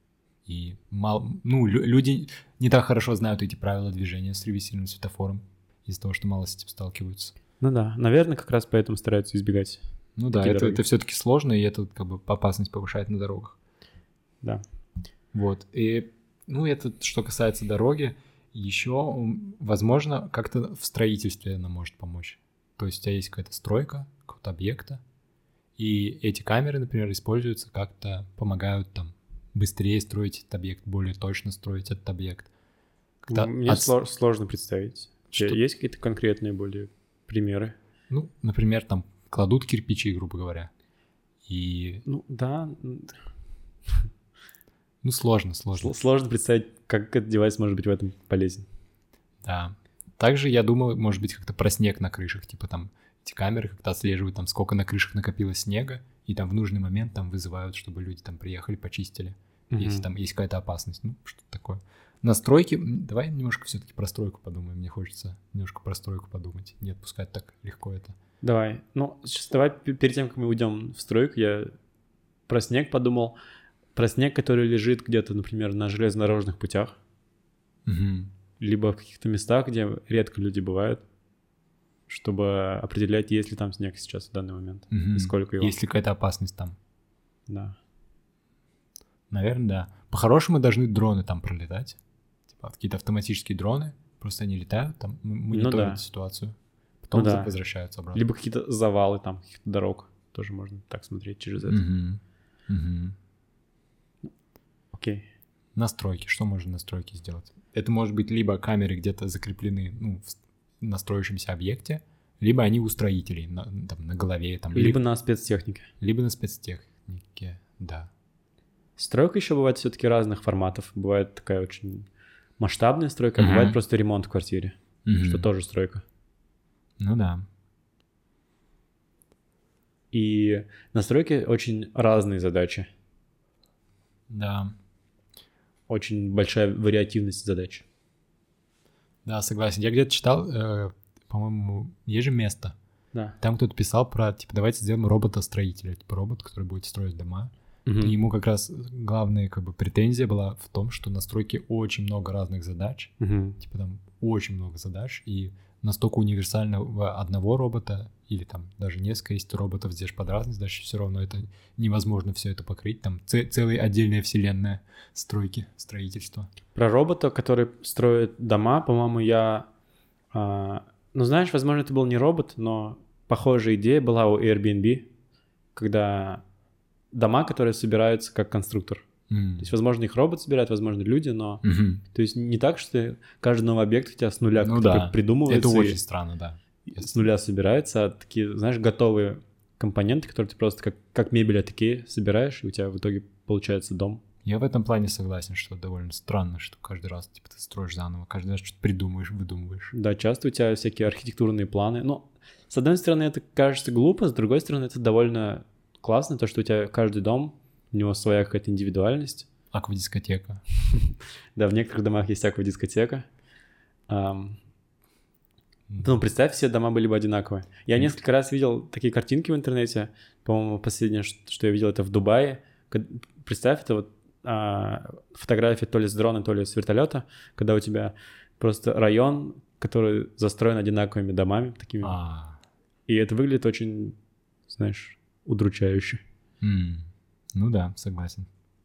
И мало, ну, лю- люди не так хорошо знают эти правила движения с реверсивным светофором из-за того, что мало с этим сталкиваются. Ну да, наверное, как раз поэтому стараются избегать. Ну да, такие это, дороги. это все-таки сложно, и это как бы опасность повышает на дорогах. Да. Вот. И, ну, это что касается дороги. Еще, возможно, как-то в строительстве она может помочь. То есть у тебя есть какая-то стройка, какого-то объекта, и эти камеры, например, используются как-то, помогают там быстрее строить этот объект, более точно строить этот объект. Когда Мне от- сло- сложно представить. Что- Есть какие-то конкретные более примеры? Ну, например, там кладут кирпичи, грубо говоря. И, Ну да, ну, сложно, сложно. сл- сложно представить, как этот девайс может быть в этом полезен. Да. Также я думал, может быть, как-то про снег на крышах. Типа там эти камеры как-то отслеживают, там, сколько на крышах накопилось снега, и там в нужный момент там вызывают, чтобы люди там приехали, почистили, Мгм. если там есть какая-то опасность. Ну, что-то такое. Настройки. м, Давай немножко все-таки про стройку подумаем. Мне хочется немножко про стройку подумать. Не отпускать так легко это. Давай. Ну, сейчас давай п- перед тем, как мы уйдем в стройку, я про снег подумал. Про снег, который лежит где-то, например, на железнодорожных путях, Мгм. либо в каких-то местах, где редко люди бывают, чтобы определять, есть ли там снег сейчас в данный момент Мгм. и сколько его. Есть ли какая-то опасность там? Да. Наверное, да. По-хорошему должны дроны там пролетать. Типа какие-то автоматические дроны. Просто они летают, там м- мониторят да. ситуацию. Потом Ну да. возвращаются обратно. Либо какие-то завалы там, каких-то дорог. Тоже можно так смотреть через это. Мгм. Мгм. Окей. Настройки. Что можно настройки сделать? Это может быть либо камеры где-то закреплены ну, в с- на строящемся объекте, либо они у строителей на, там, на голове. Там, Либо на спецтехнике. либо на спецтехнике, да. Стройка еще бывает все-таки разных форматов. Бывает такая очень масштабная стройка, а Мгм. бывает просто ремонт в квартире, Мгм. что тоже стройка. Ну да. И на стройке очень разные задачи. Да. Очень большая вариативность задач. Да, согласен. Я где-то читал, э, по-моему, есть же место. Да. Там кто-то писал про, типа, давайте сделаем робота-строителя. Типа робот, который будет строить дома. Мгм. И ему как раз главная как бы претензия была в том, что настройки очень много разных задач, Мгм. типа там очень много задач, и настолько универсального одного робота, или там даже несколько есть роботов здесь под разные задачи, все равно это невозможно все это покрыть. Там ц- целая отдельная вселенная стройки, строительства. Про робота, который строит дома, по-моему, я... а, ну, знаешь, возможно, это был не робот, но похожая идея была у Airbnb, когда дома, которые собираются как конструктор. М. То есть, возможно, их робот собирает, возможно, люди, но... Мгм. То есть не так, что каждый новый объект у тебя с нуля Ну как-то да, придумывается это и очень странно, да. с нуля собирается, а такие, знаешь, готовые компоненты, которые ты просто как, как мебель такие собираешь, и у тебя в итоге получается дом. Я в этом плане согласен, что довольно странно, что каждый раз типа ты строишь заново, каждый раз что-то придумаешь, выдумываешь. Да, часто у тебя всякие архитектурные планы. Ну, с одной стороны, это кажется глупо, с другой стороны, это довольно классно, то, что у тебя каждый дом, у него своя какая-то индивидуальность. Аквадискотека. Да, в некоторых домах есть аквадискотека. Ам, Ну, представь, все дома были бы одинаковые. Я несколько раз видел такие картинки в интернете. По-моему, последнее, ш- что я видел, это в Дубае. Ка- Представь, это вот а, фотография то ли с дрона, то ли с вертолета, когда у тебя просто район, который застроен одинаковыми домами такими. А, И это выглядит очень, знаешь, удручающе. м, ну да, согласен.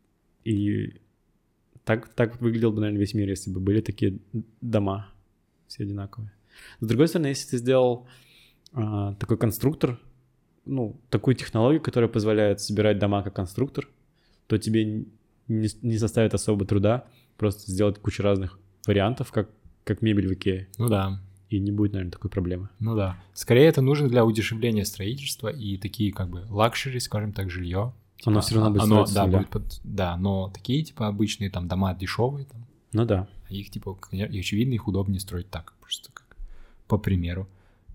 И так, так выглядел бы, наверное, весь мир, если бы были такие дома все одинаковые. С другой стороны, если ты сделал а, такой конструктор, ну, такую технологию, которая позволяет собирать дома как конструктор, то тебе н- не, с- не составит особо труда просто сделать кучу разных вариантов, как, как мебель в Икее. Ну да, И не будет, наверное, такой проблемы. ну да. Скорее это нужно для удешевления строительства и такие как бы лакшери, скажем так, жилье. Оно всё равно будет оно, строиться с да, нуля. будет под- да, но такие типа обычные там дома дешевые, там, Ну да. а их типа, коня- и очевидно, их удобнее строить так, просто как по примеру.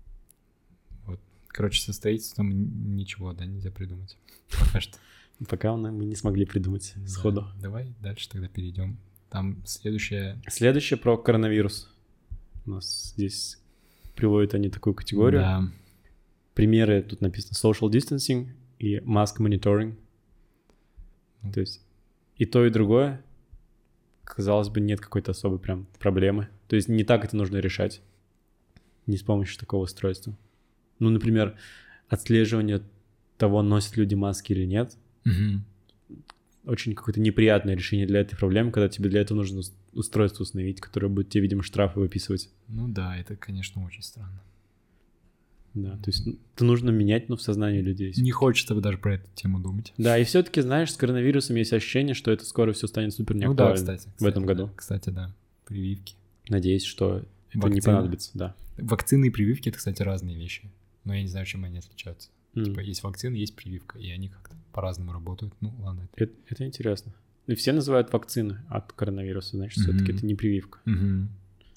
Вот. Короче, со строительством н- ничего, да, нельзя придумать. Пока что. Пока мы не смогли придумать Да. сходу. Давай дальше тогда перейдем. Там следующее... Следующее про коронавирус. У нас здесь приводят они такую категорию. Да. Примеры тут написано social distancing и mask monitoring. Ну. То есть и то, и другое, казалось бы, нет какой-то особой прям проблемы. То есть не так это нужно решать. Не с помощью такого устройства. Ну, например, отслеживание того, носят люди маски или нет. Мгм. Очень какое-то неприятное решение для этой проблемы, когда тебе для этого нужно ус- устройство установить, которое будет тебе, видимо, штрафы выписывать. Ну да, это, конечно, очень странно. Да, то есть ну, это нужно менять, ну, в сознании людей. Не хочется бы даже про эту тему думать. Да, и все-таки, знаешь, с коронавирусом есть ощущение, что это скоро все станет супер Ну да, неактуально кстати. в кстати, этом году. да. Кстати, да. Прививки. Надеюсь, что это не Вакцина. понадобится, да. Вакцины и прививки — это, кстати, разные вещи. Но я не знаю, чем они отличаются. М. Типа, есть вакцина, есть прививка, и они как-то по-разному работают. Ну, ладно. Это... Это, это интересно. И все называют вакцины от коронавируса, значит, все-таки Мгм. это не прививка. Мгм.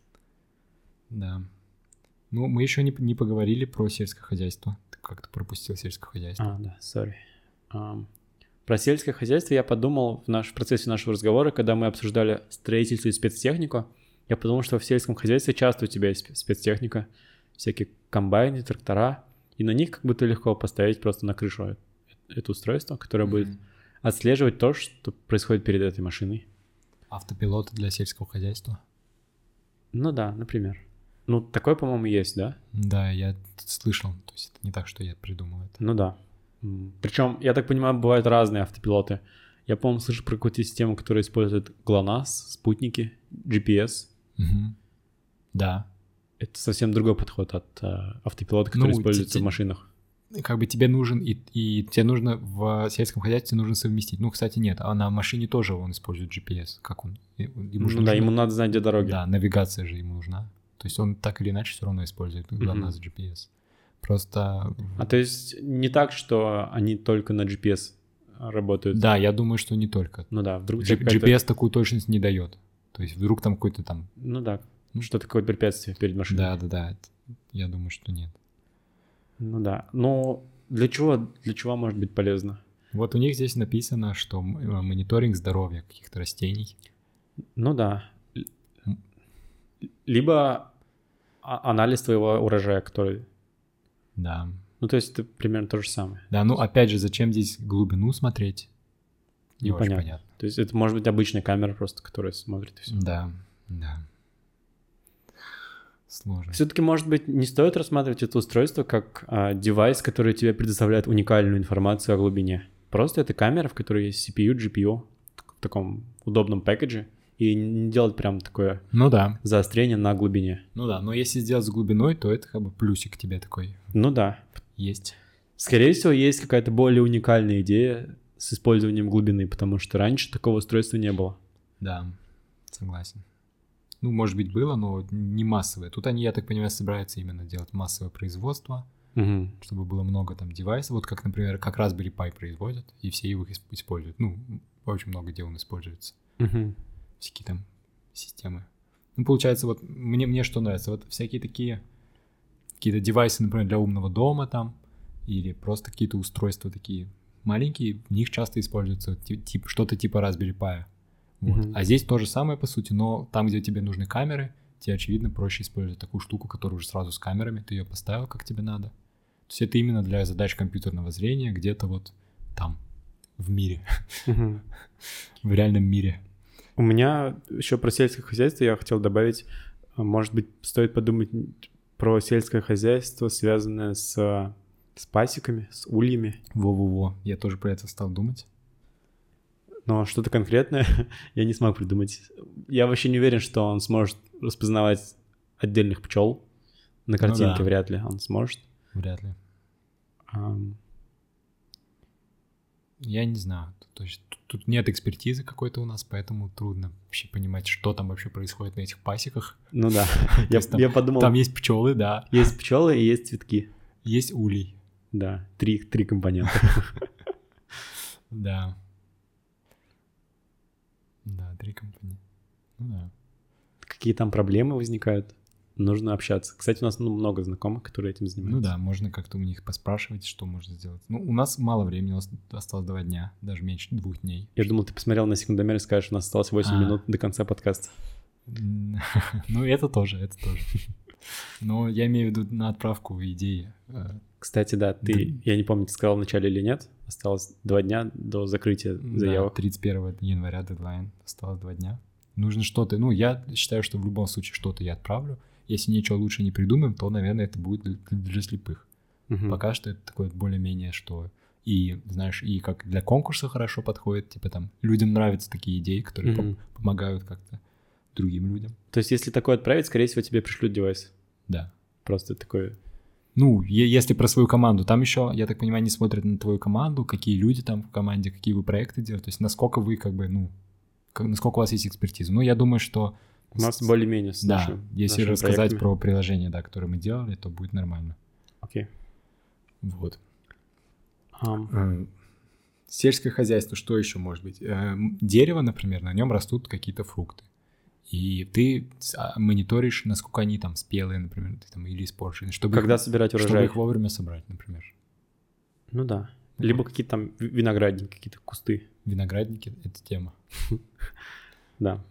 Да. Ну, мы еще не, не поговорили про сельское хозяйство. Ты как-то пропустил сельское хозяйство. А, да, сори. Ам, Про сельское хозяйство я подумал в, наш, в процессе нашего разговора, когда мы обсуждали строительство и спецтехнику. Я подумал, что в сельском хозяйстве часто у тебя есть спе- спецтехника, всякие комбайны, трактора, и на них как бы ты легко поставить просто на крышу э- это устройство, которое будет Мгм. отслеживать то, что происходит перед этой машиной. Автопилоты для сельского хозяйства. Ну да, например. Ну, такое, по-моему, есть, да? Да, я слышал. То есть это не так, что я придумал это. Ну да. Причем, я так понимаю, бывают разные автопилоты. Я, по-моему, слышал про какую-то систему, которая использует ГЛОНАСС, спутники, джи пи эс. Мгм. Да. Это совсем другой подход от э, автопилота, который Ну, используется те- в машинах. Как бы тебе нужен, и, и тебе нужно в сельском хозяйстве нужно совместить. Ну, кстати, нет, а на машине тоже он использует джи пи эс. Как он? И- Ему же Ну да, нужно- ему надо знать, где дороги. Да, навигация же ему нужна. То есть он так или иначе все равно использует ГЛОНАСС, джи пи эс. Просто... А то есть не так, что они только на джи пи эс работают? Да, я думаю, что не только. Ну да, вдруг... у Джи- тебя какая-то- джи пи эс такую точность не дает. То есть вдруг там какой-то там... Ну да, Ну, что-то какое-то препятствие перед машиной. Да, да, да. это- Я думаю, что нет. Ну да, но для чего, для чего может быть полезно? Вот у них здесь написано, что м- э, мониторинг здоровья каких-то растений. Ну да. Л- М. Либо а- анализ твоего урожая, который... Да. Ну то есть это примерно то же самое. Да, ну опять же, зачем здесь глубину смотреть? не очень понятно. То есть это может быть обычная камера просто, которая смотрит и все. Да, да. Сложно. Все-таки, может быть, не стоит рассматривать это устройство как а, девайс, который тебе предоставляет уникальную информацию о глубине. Просто это камера, в которой есть си пи ю, джи пи ю в таком удобном пэкэдже, и не делать прям такое ну, да. заострение на глубине. Ну да, но если сделать с глубиной, то это как бы плюсик тебе такой. Ну да. Есть. Скорее всего, есть какая-то более уникальная идея с использованием глубины, потому что раньше такого устройства не было. Да, согласен. Ну, может быть, было, но не массовое. Тут они, я так понимаю, собираются именно делать массовое производство, угу. чтобы было много там девайсов. Вот как, например, как Raspberry Pi производят, и все его используют. Ну, очень много где он используется. Угу. Всякие там системы. Ну, получается, вот мне, мне что нравится, вот всякие такие какие-то девайсы, например, для умного дома там, или просто какие-то устройства такие маленькие, в них часто используется тип, что-то типа Raspberry Pi. Вот. Mm-hmm. А здесь то же самое, по сути, но там, где тебе нужны камеры, тебе, очевидно, проще использовать такую штуку, которая уже сразу с камерами, ты ее поставил, как тебе надо. То есть это именно для задач компьютерного зрения где-то вот там, в мире, mm-hmm. в реальном мире. У меня еще про сельское хозяйство я хотел добавить, может быть, стоит подумать про сельское хозяйство, связанное с, с пасеками, с ульями. Во-во-во, я тоже про это стал думать. Но что-то конкретное я не смог придумать. Я вообще не уверен, что он сможет распознавать отдельных пчел. На картинке ну да. вряд ли он сможет. Вряд ли. Um... Я не знаю. То есть тут нет экспертизы какой-то у нас, поэтому трудно вообще понимать, что там вообще происходит на этих пасеках. Ну да. я, там, я подумал. Там есть пчелы, да. Есть пчелы и есть цветки. Есть улей. Да, три, три компонента. Да. Да, три компонента. Ну да. Какие там проблемы возникают? Нужно общаться. Кстати, у нас ну, много знакомых, которые этим занимаются. Ну да, можно как-то у них поспрашивать, что можно сделать. Ну, у нас мало времени, у нас осталось два дня, даже меньше двух дней. Я думал, ты посмотрел на секундомер и скажешь, у нас осталось восемь а. минут до конца подкаста. Ну, это тоже, это тоже. Но я имею в виду на отправку идеи. Кстати, да, ты, я не помню, ты сказал в начале или нет, осталось два дня до закрытия заявок. Да, тридцать первого января дедлайн, осталось два дня. Нужно что-то, ну, я считаю, что в любом случае что-то я отправлю. Если ничего лучше не придумаем, то, наверное, это будет для, для слепых. Uh-huh. Пока что это такое более-менее, что и, знаешь, и как для конкурса хорошо подходит, типа там людям нравятся такие идеи, которые uh-huh. пом- помогают как-то другим людям. То есть, если такое отправить, скорее всего, тебе пришлют девайс? Да. Просто такое... Ну, е- если про свою команду, там еще, я так понимаю, не смотрят на твою команду, какие люди там в команде, какие вы проекты делаете, то есть насколько вы как бы, ну, как, насколько у вас есть экспертиза. Ну, я думаю, что... У нас более-менее с Да, нашим, если нашими рассказать проектами. про приложение, да, которое мы делали, то будет нормально. Окей. Okay. Вот. Um. Сельское хозяйство, что еще может быть? Дерево, например, на нем растут какие-то фрукты. И ты мониторишь, насколько они там спелые, например, там, или испорчены. Чтобы Когда их, собирать урожай? Чтобы их вовремя собрать, например. Ну да. Либо какие-то там виноградники, какие-то кусты. Виноградники — это тема. Да.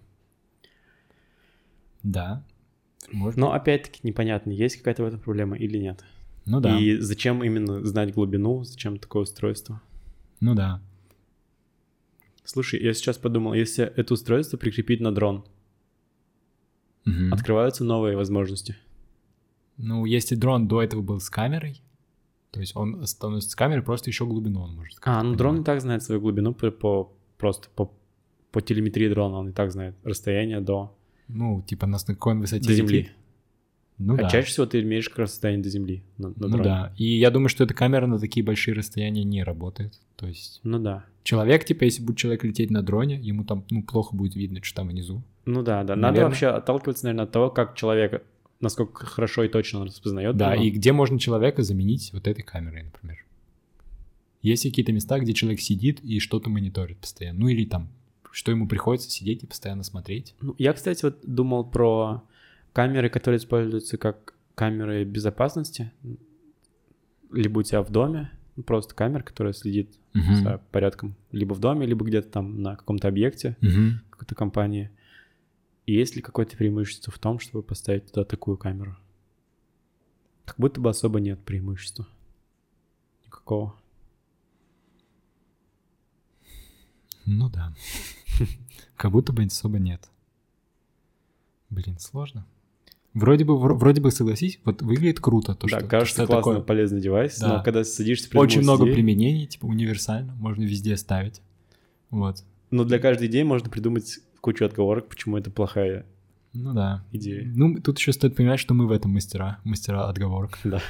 Да. Но опять-таки непонятно, есть какая-то в этом проблема или нет. Ну да. И зачем именно знать глубину, зачем такое устройство? Ну да. Слушай, я сейчас подумал, если это устройство прикрепить на дрон, угу. открываются новые возможности. Ну, если дрон до этого был с камерой, то есть он становится с камерой, просто еще глубину он может. А, ну дрон и так знает свою глубину по, по просто по, по телеметрии дрона, он и так знает расстояние до... Ну, типа на какой он высоте до земли. Ну а да. чаще всего ты имеешь как раз расстояние до земли на, на ну дроне. Да, и я думаю, что эта камера на такие большие расстояния не работает. То есть... Ну да. Человек, типа, если будет человек лететь на дроне, ему там, ну, плохо будет видно, что там внизу. Ну да, да. Наверное... Надо вообще отталкиваться, наверное, от того, как человек, насколько хорошо и точно он распознает. Да, дрон. И где можно человека заменить вот этой камерой, например. Есть какие-то места, где человек сидит и что-то мониторит постоянно. Ну или там, что ему приходится сидеть и постоянно смотреть. Ну, я, кстати, вот думал про камеры, которые используются как камеры безопасности. Либо у тебя в доме, просто камера, которая следит uh-huh. за порядком. Либо в доме, либо где-то там на каком-то объекте, uh-huh. какой-то компании. И есть ли какое-то преимущество в том, чтобы поставить туда такую камеру? Как будто бы особо нет преимущества. Никакого. Ну да. Как будто бы особо нет. Блин, сложно. Вроде бы, вроде бы, согласись, вот выглядит круто. То, да, что, кажется, то, классный, такое... полезный девайс, да. но когда садишься придумывать очень много идеи... применений, типа универсально, можно везде ставить. Вот. Но для каждой идеи можно придумать кучу отговорок, почему это плохая ну, да. идея. Ну, тут еще стоит понимать, что мы в этом мастера, мастера отговорок. Да.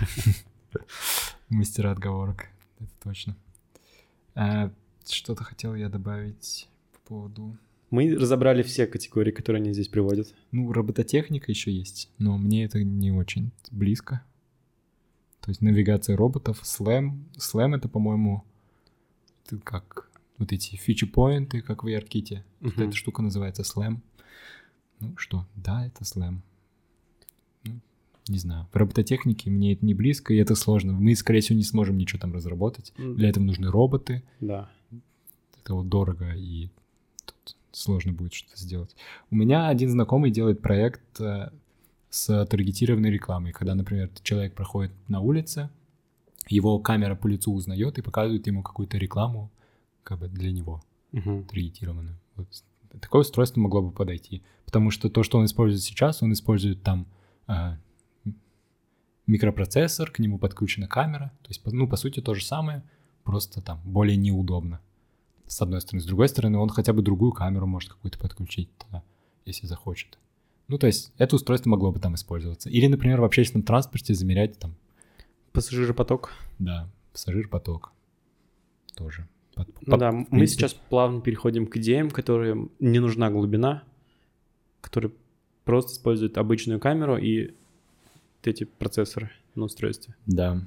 Мастера отговорок, это точно. А, что-то хотел я добавить по поводу... Мы разобрали все категории, которые они здесь приводят. Ну, робототехника еще есть, но мне это не очень близко. То есть навигация роботов, слэм. Слэм — это, по-моему, это как вот эти фичи-поинты, как в ARKit. Uh-huh. Вот эта штука называется слэм. Ну что, да, это слэм. Ну, не знаю. В робототехнике мне это не близко, и это сложно. Мы, скорее всего, не сможем ничего там разработать. Mm. Для этого нужны роботы. Да. Это вот дорого, и тут сложно будет что-то сделать. У меня один знакомый делает проект э, с таргетированной рекламой. Когда, например, человек проходит на улице, его камера по лицу узнает и показывает ему какую-то рекламу как бы для него, uh-huh. таргетированную. Вот. Такое устройство могло бы подойти. Потому что то, что он использует сейчас, он использует там э, микропроцессор, к нему подключена камера. То есть, ну, по сути, то же самое, просто там более неудобно. С одной стороны. С другой стороны, он хотя бы другую камеру может какую-то подключить, да, если захочет. Ну, то есть, это устройство могло бы там использоваться. Или, например, в общественном транспорте замерять там... Пассажиропоток. Да, пассажир-поток тоже. Ну по, да, мы сейчас плавно переходим к идеям, которым не нужна глубина, которые просто используют обычную камеру и вот эти процессоры на устройстве. Да.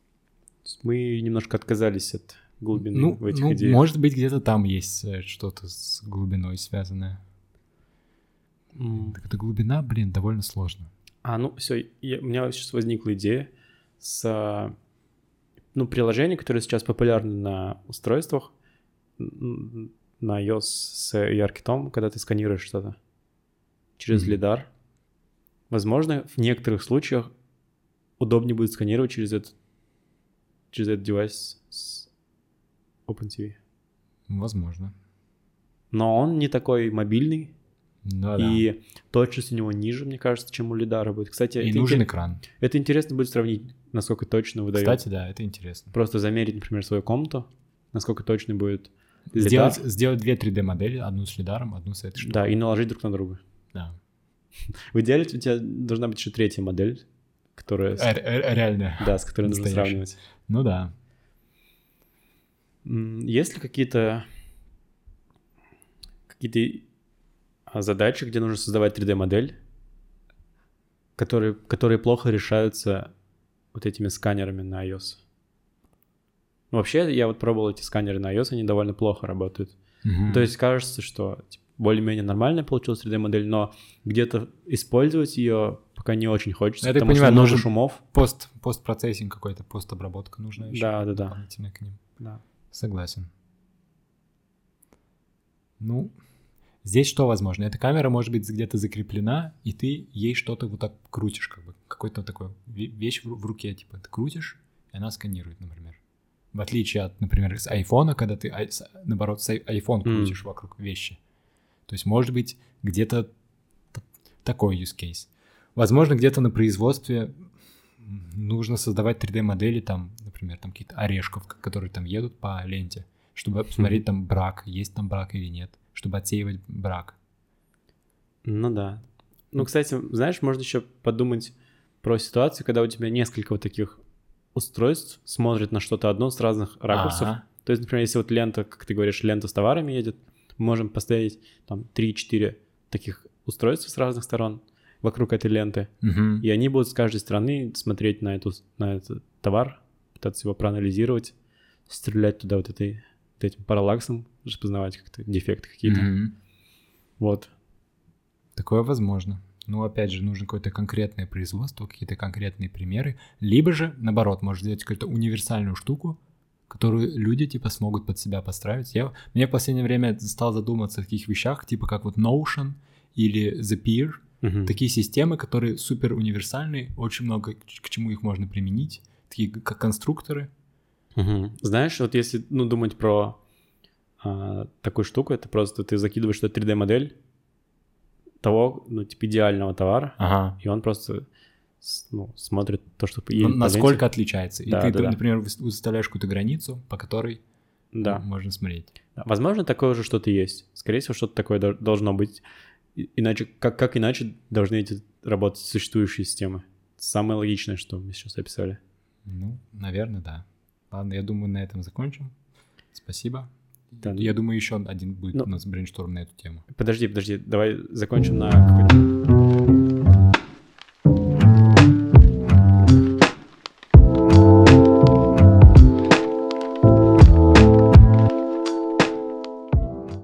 Мы немножко отказались от глубины ну, в этих ну, идеях. Может быть, где-то там есть что-то с глубиной связанное. Mm. Так эта глубина, блин, довольно сложно. А, ну все, я, у меня сейчас возникла идея с... Ну, приложения, которые сейчас популярны на устройствах, на iOS с ARKit, когда ты сканируешь что-то через mm-hmm. лидар. Возможно, в некоторых случаях удобнее будет сканировать через этот, через этот девайс с OpenTV. Возможно. Но он не такой мобильный, ну, и да. точность у него ниже, мне кажется, чем у лидара будет. Кстати, и это нужен интер... экран. Это интересно будет сравнить, насколько точно выдает. Кстати, да, это интересно. Просто замерить, например, свою комнату, насколько точно будет сделать, сделать две три дэ-модели, одну с лидаром, одну с этой штукой. Да, и наложить друг на друга. Да. В идеале у тебя должна быть еще третья модель, которая... Ре- реально. Да, с которой нужно сравнивать. Ну да. Есть ли какие-то... какие-то задачи, где нужно создавать три дэ-модель, которые, которые плохо решаются вот этими сканерами на iOS? Ну, вообще, я вот пробовал эти сканеры на iOS, они довольно плохо работают. Mm-hmm. То есть кажется, что типа, более-менее нормально получилась три дэ-модель, но где-то использовать ее пока не очень хочется, я потому понимаю, что много нужен шумов. Пост, постпроцессинг какой-то, постобработка нужна еще. Да, да, да. Дополнительно к ним. Да. Согласен. Ну, здесь что возможно? Эта камера может быть где-то закреплена, и ты ей что-то вот так крутишь, как бы. Какой-то такой вещь в, в руке, типа, ты крутишь, и она сканирует, например. В отличие от, например, с айфона, когда ты, наоборот, с iPhone крутишь mm. вокруг вещи. То есть, может быть, где-то такой use case. Возможно, где-то на производстве нужно создавать три дэ-модели, там, например, там какие-то орешков, которые там едут по ленте, чтобы посмотреть mm. там брак, есть там брак или нет, чтобы отсеивать брак. Ну да. Ну, кстати, знаешь, можно еще подумать про ситуацию, когда у тебя несколько вот таких устройств смотрит на что-то одно с разных ракурсов. Ага. То есть, например, если вот лента, как ты говоришь, лента с товарами едет, мы можем поставить там три-четыре таких устройства с разных сторон вокруг этой ленты, угу. и они будут с каждой стороны смотреть на, эту, на этот товар, пытаться его проанализировать, стрелять туда вот, этой, вот этим параллаксом, распознавать как-то дефекты какие-то. Угу. Вот. Такое возможно. Ну, опять же, нужно какое-то конкретное производство, какие-то конкретные примеры. Либо же, наоборот, можно сделать какую-то универсальную штуку, которую люди, типа, смогут под себя построить. Я, мне в последнее время стал задуматься о таких вещах, типа как вот Notion или Zapier. Uh-huh. Такие системы, которые супер универсальные, очень много к чему их можно применить. Такие как конструкторы. Uh-huh. Знаешь, вот если, ну, думать про а, такую штуку. Это просто ты закидываешь туда три дэ-модель того, ну, типа, идеального товара, Ага. и он просто ну, смотрит то, что... Ну, насколько отличается. И да, ты, да, ты да. например, выставляешь какую-то границу, по которой да. можно смотреть. Да. Возможно, такое же что-то есть. Скорее всего, что-то такое должно быть. Иначе, как, как иначе должны эти работать существующие системы? Самое логичное, что мы сейчас описали. Ну, наверное, да. Ладно, я думаю, на этом закончим. Спасибо. Да, я думаю, еще один будет ну, у нас брейншторм на эту тему. Подожди, подожди, давай закончим на какой-то...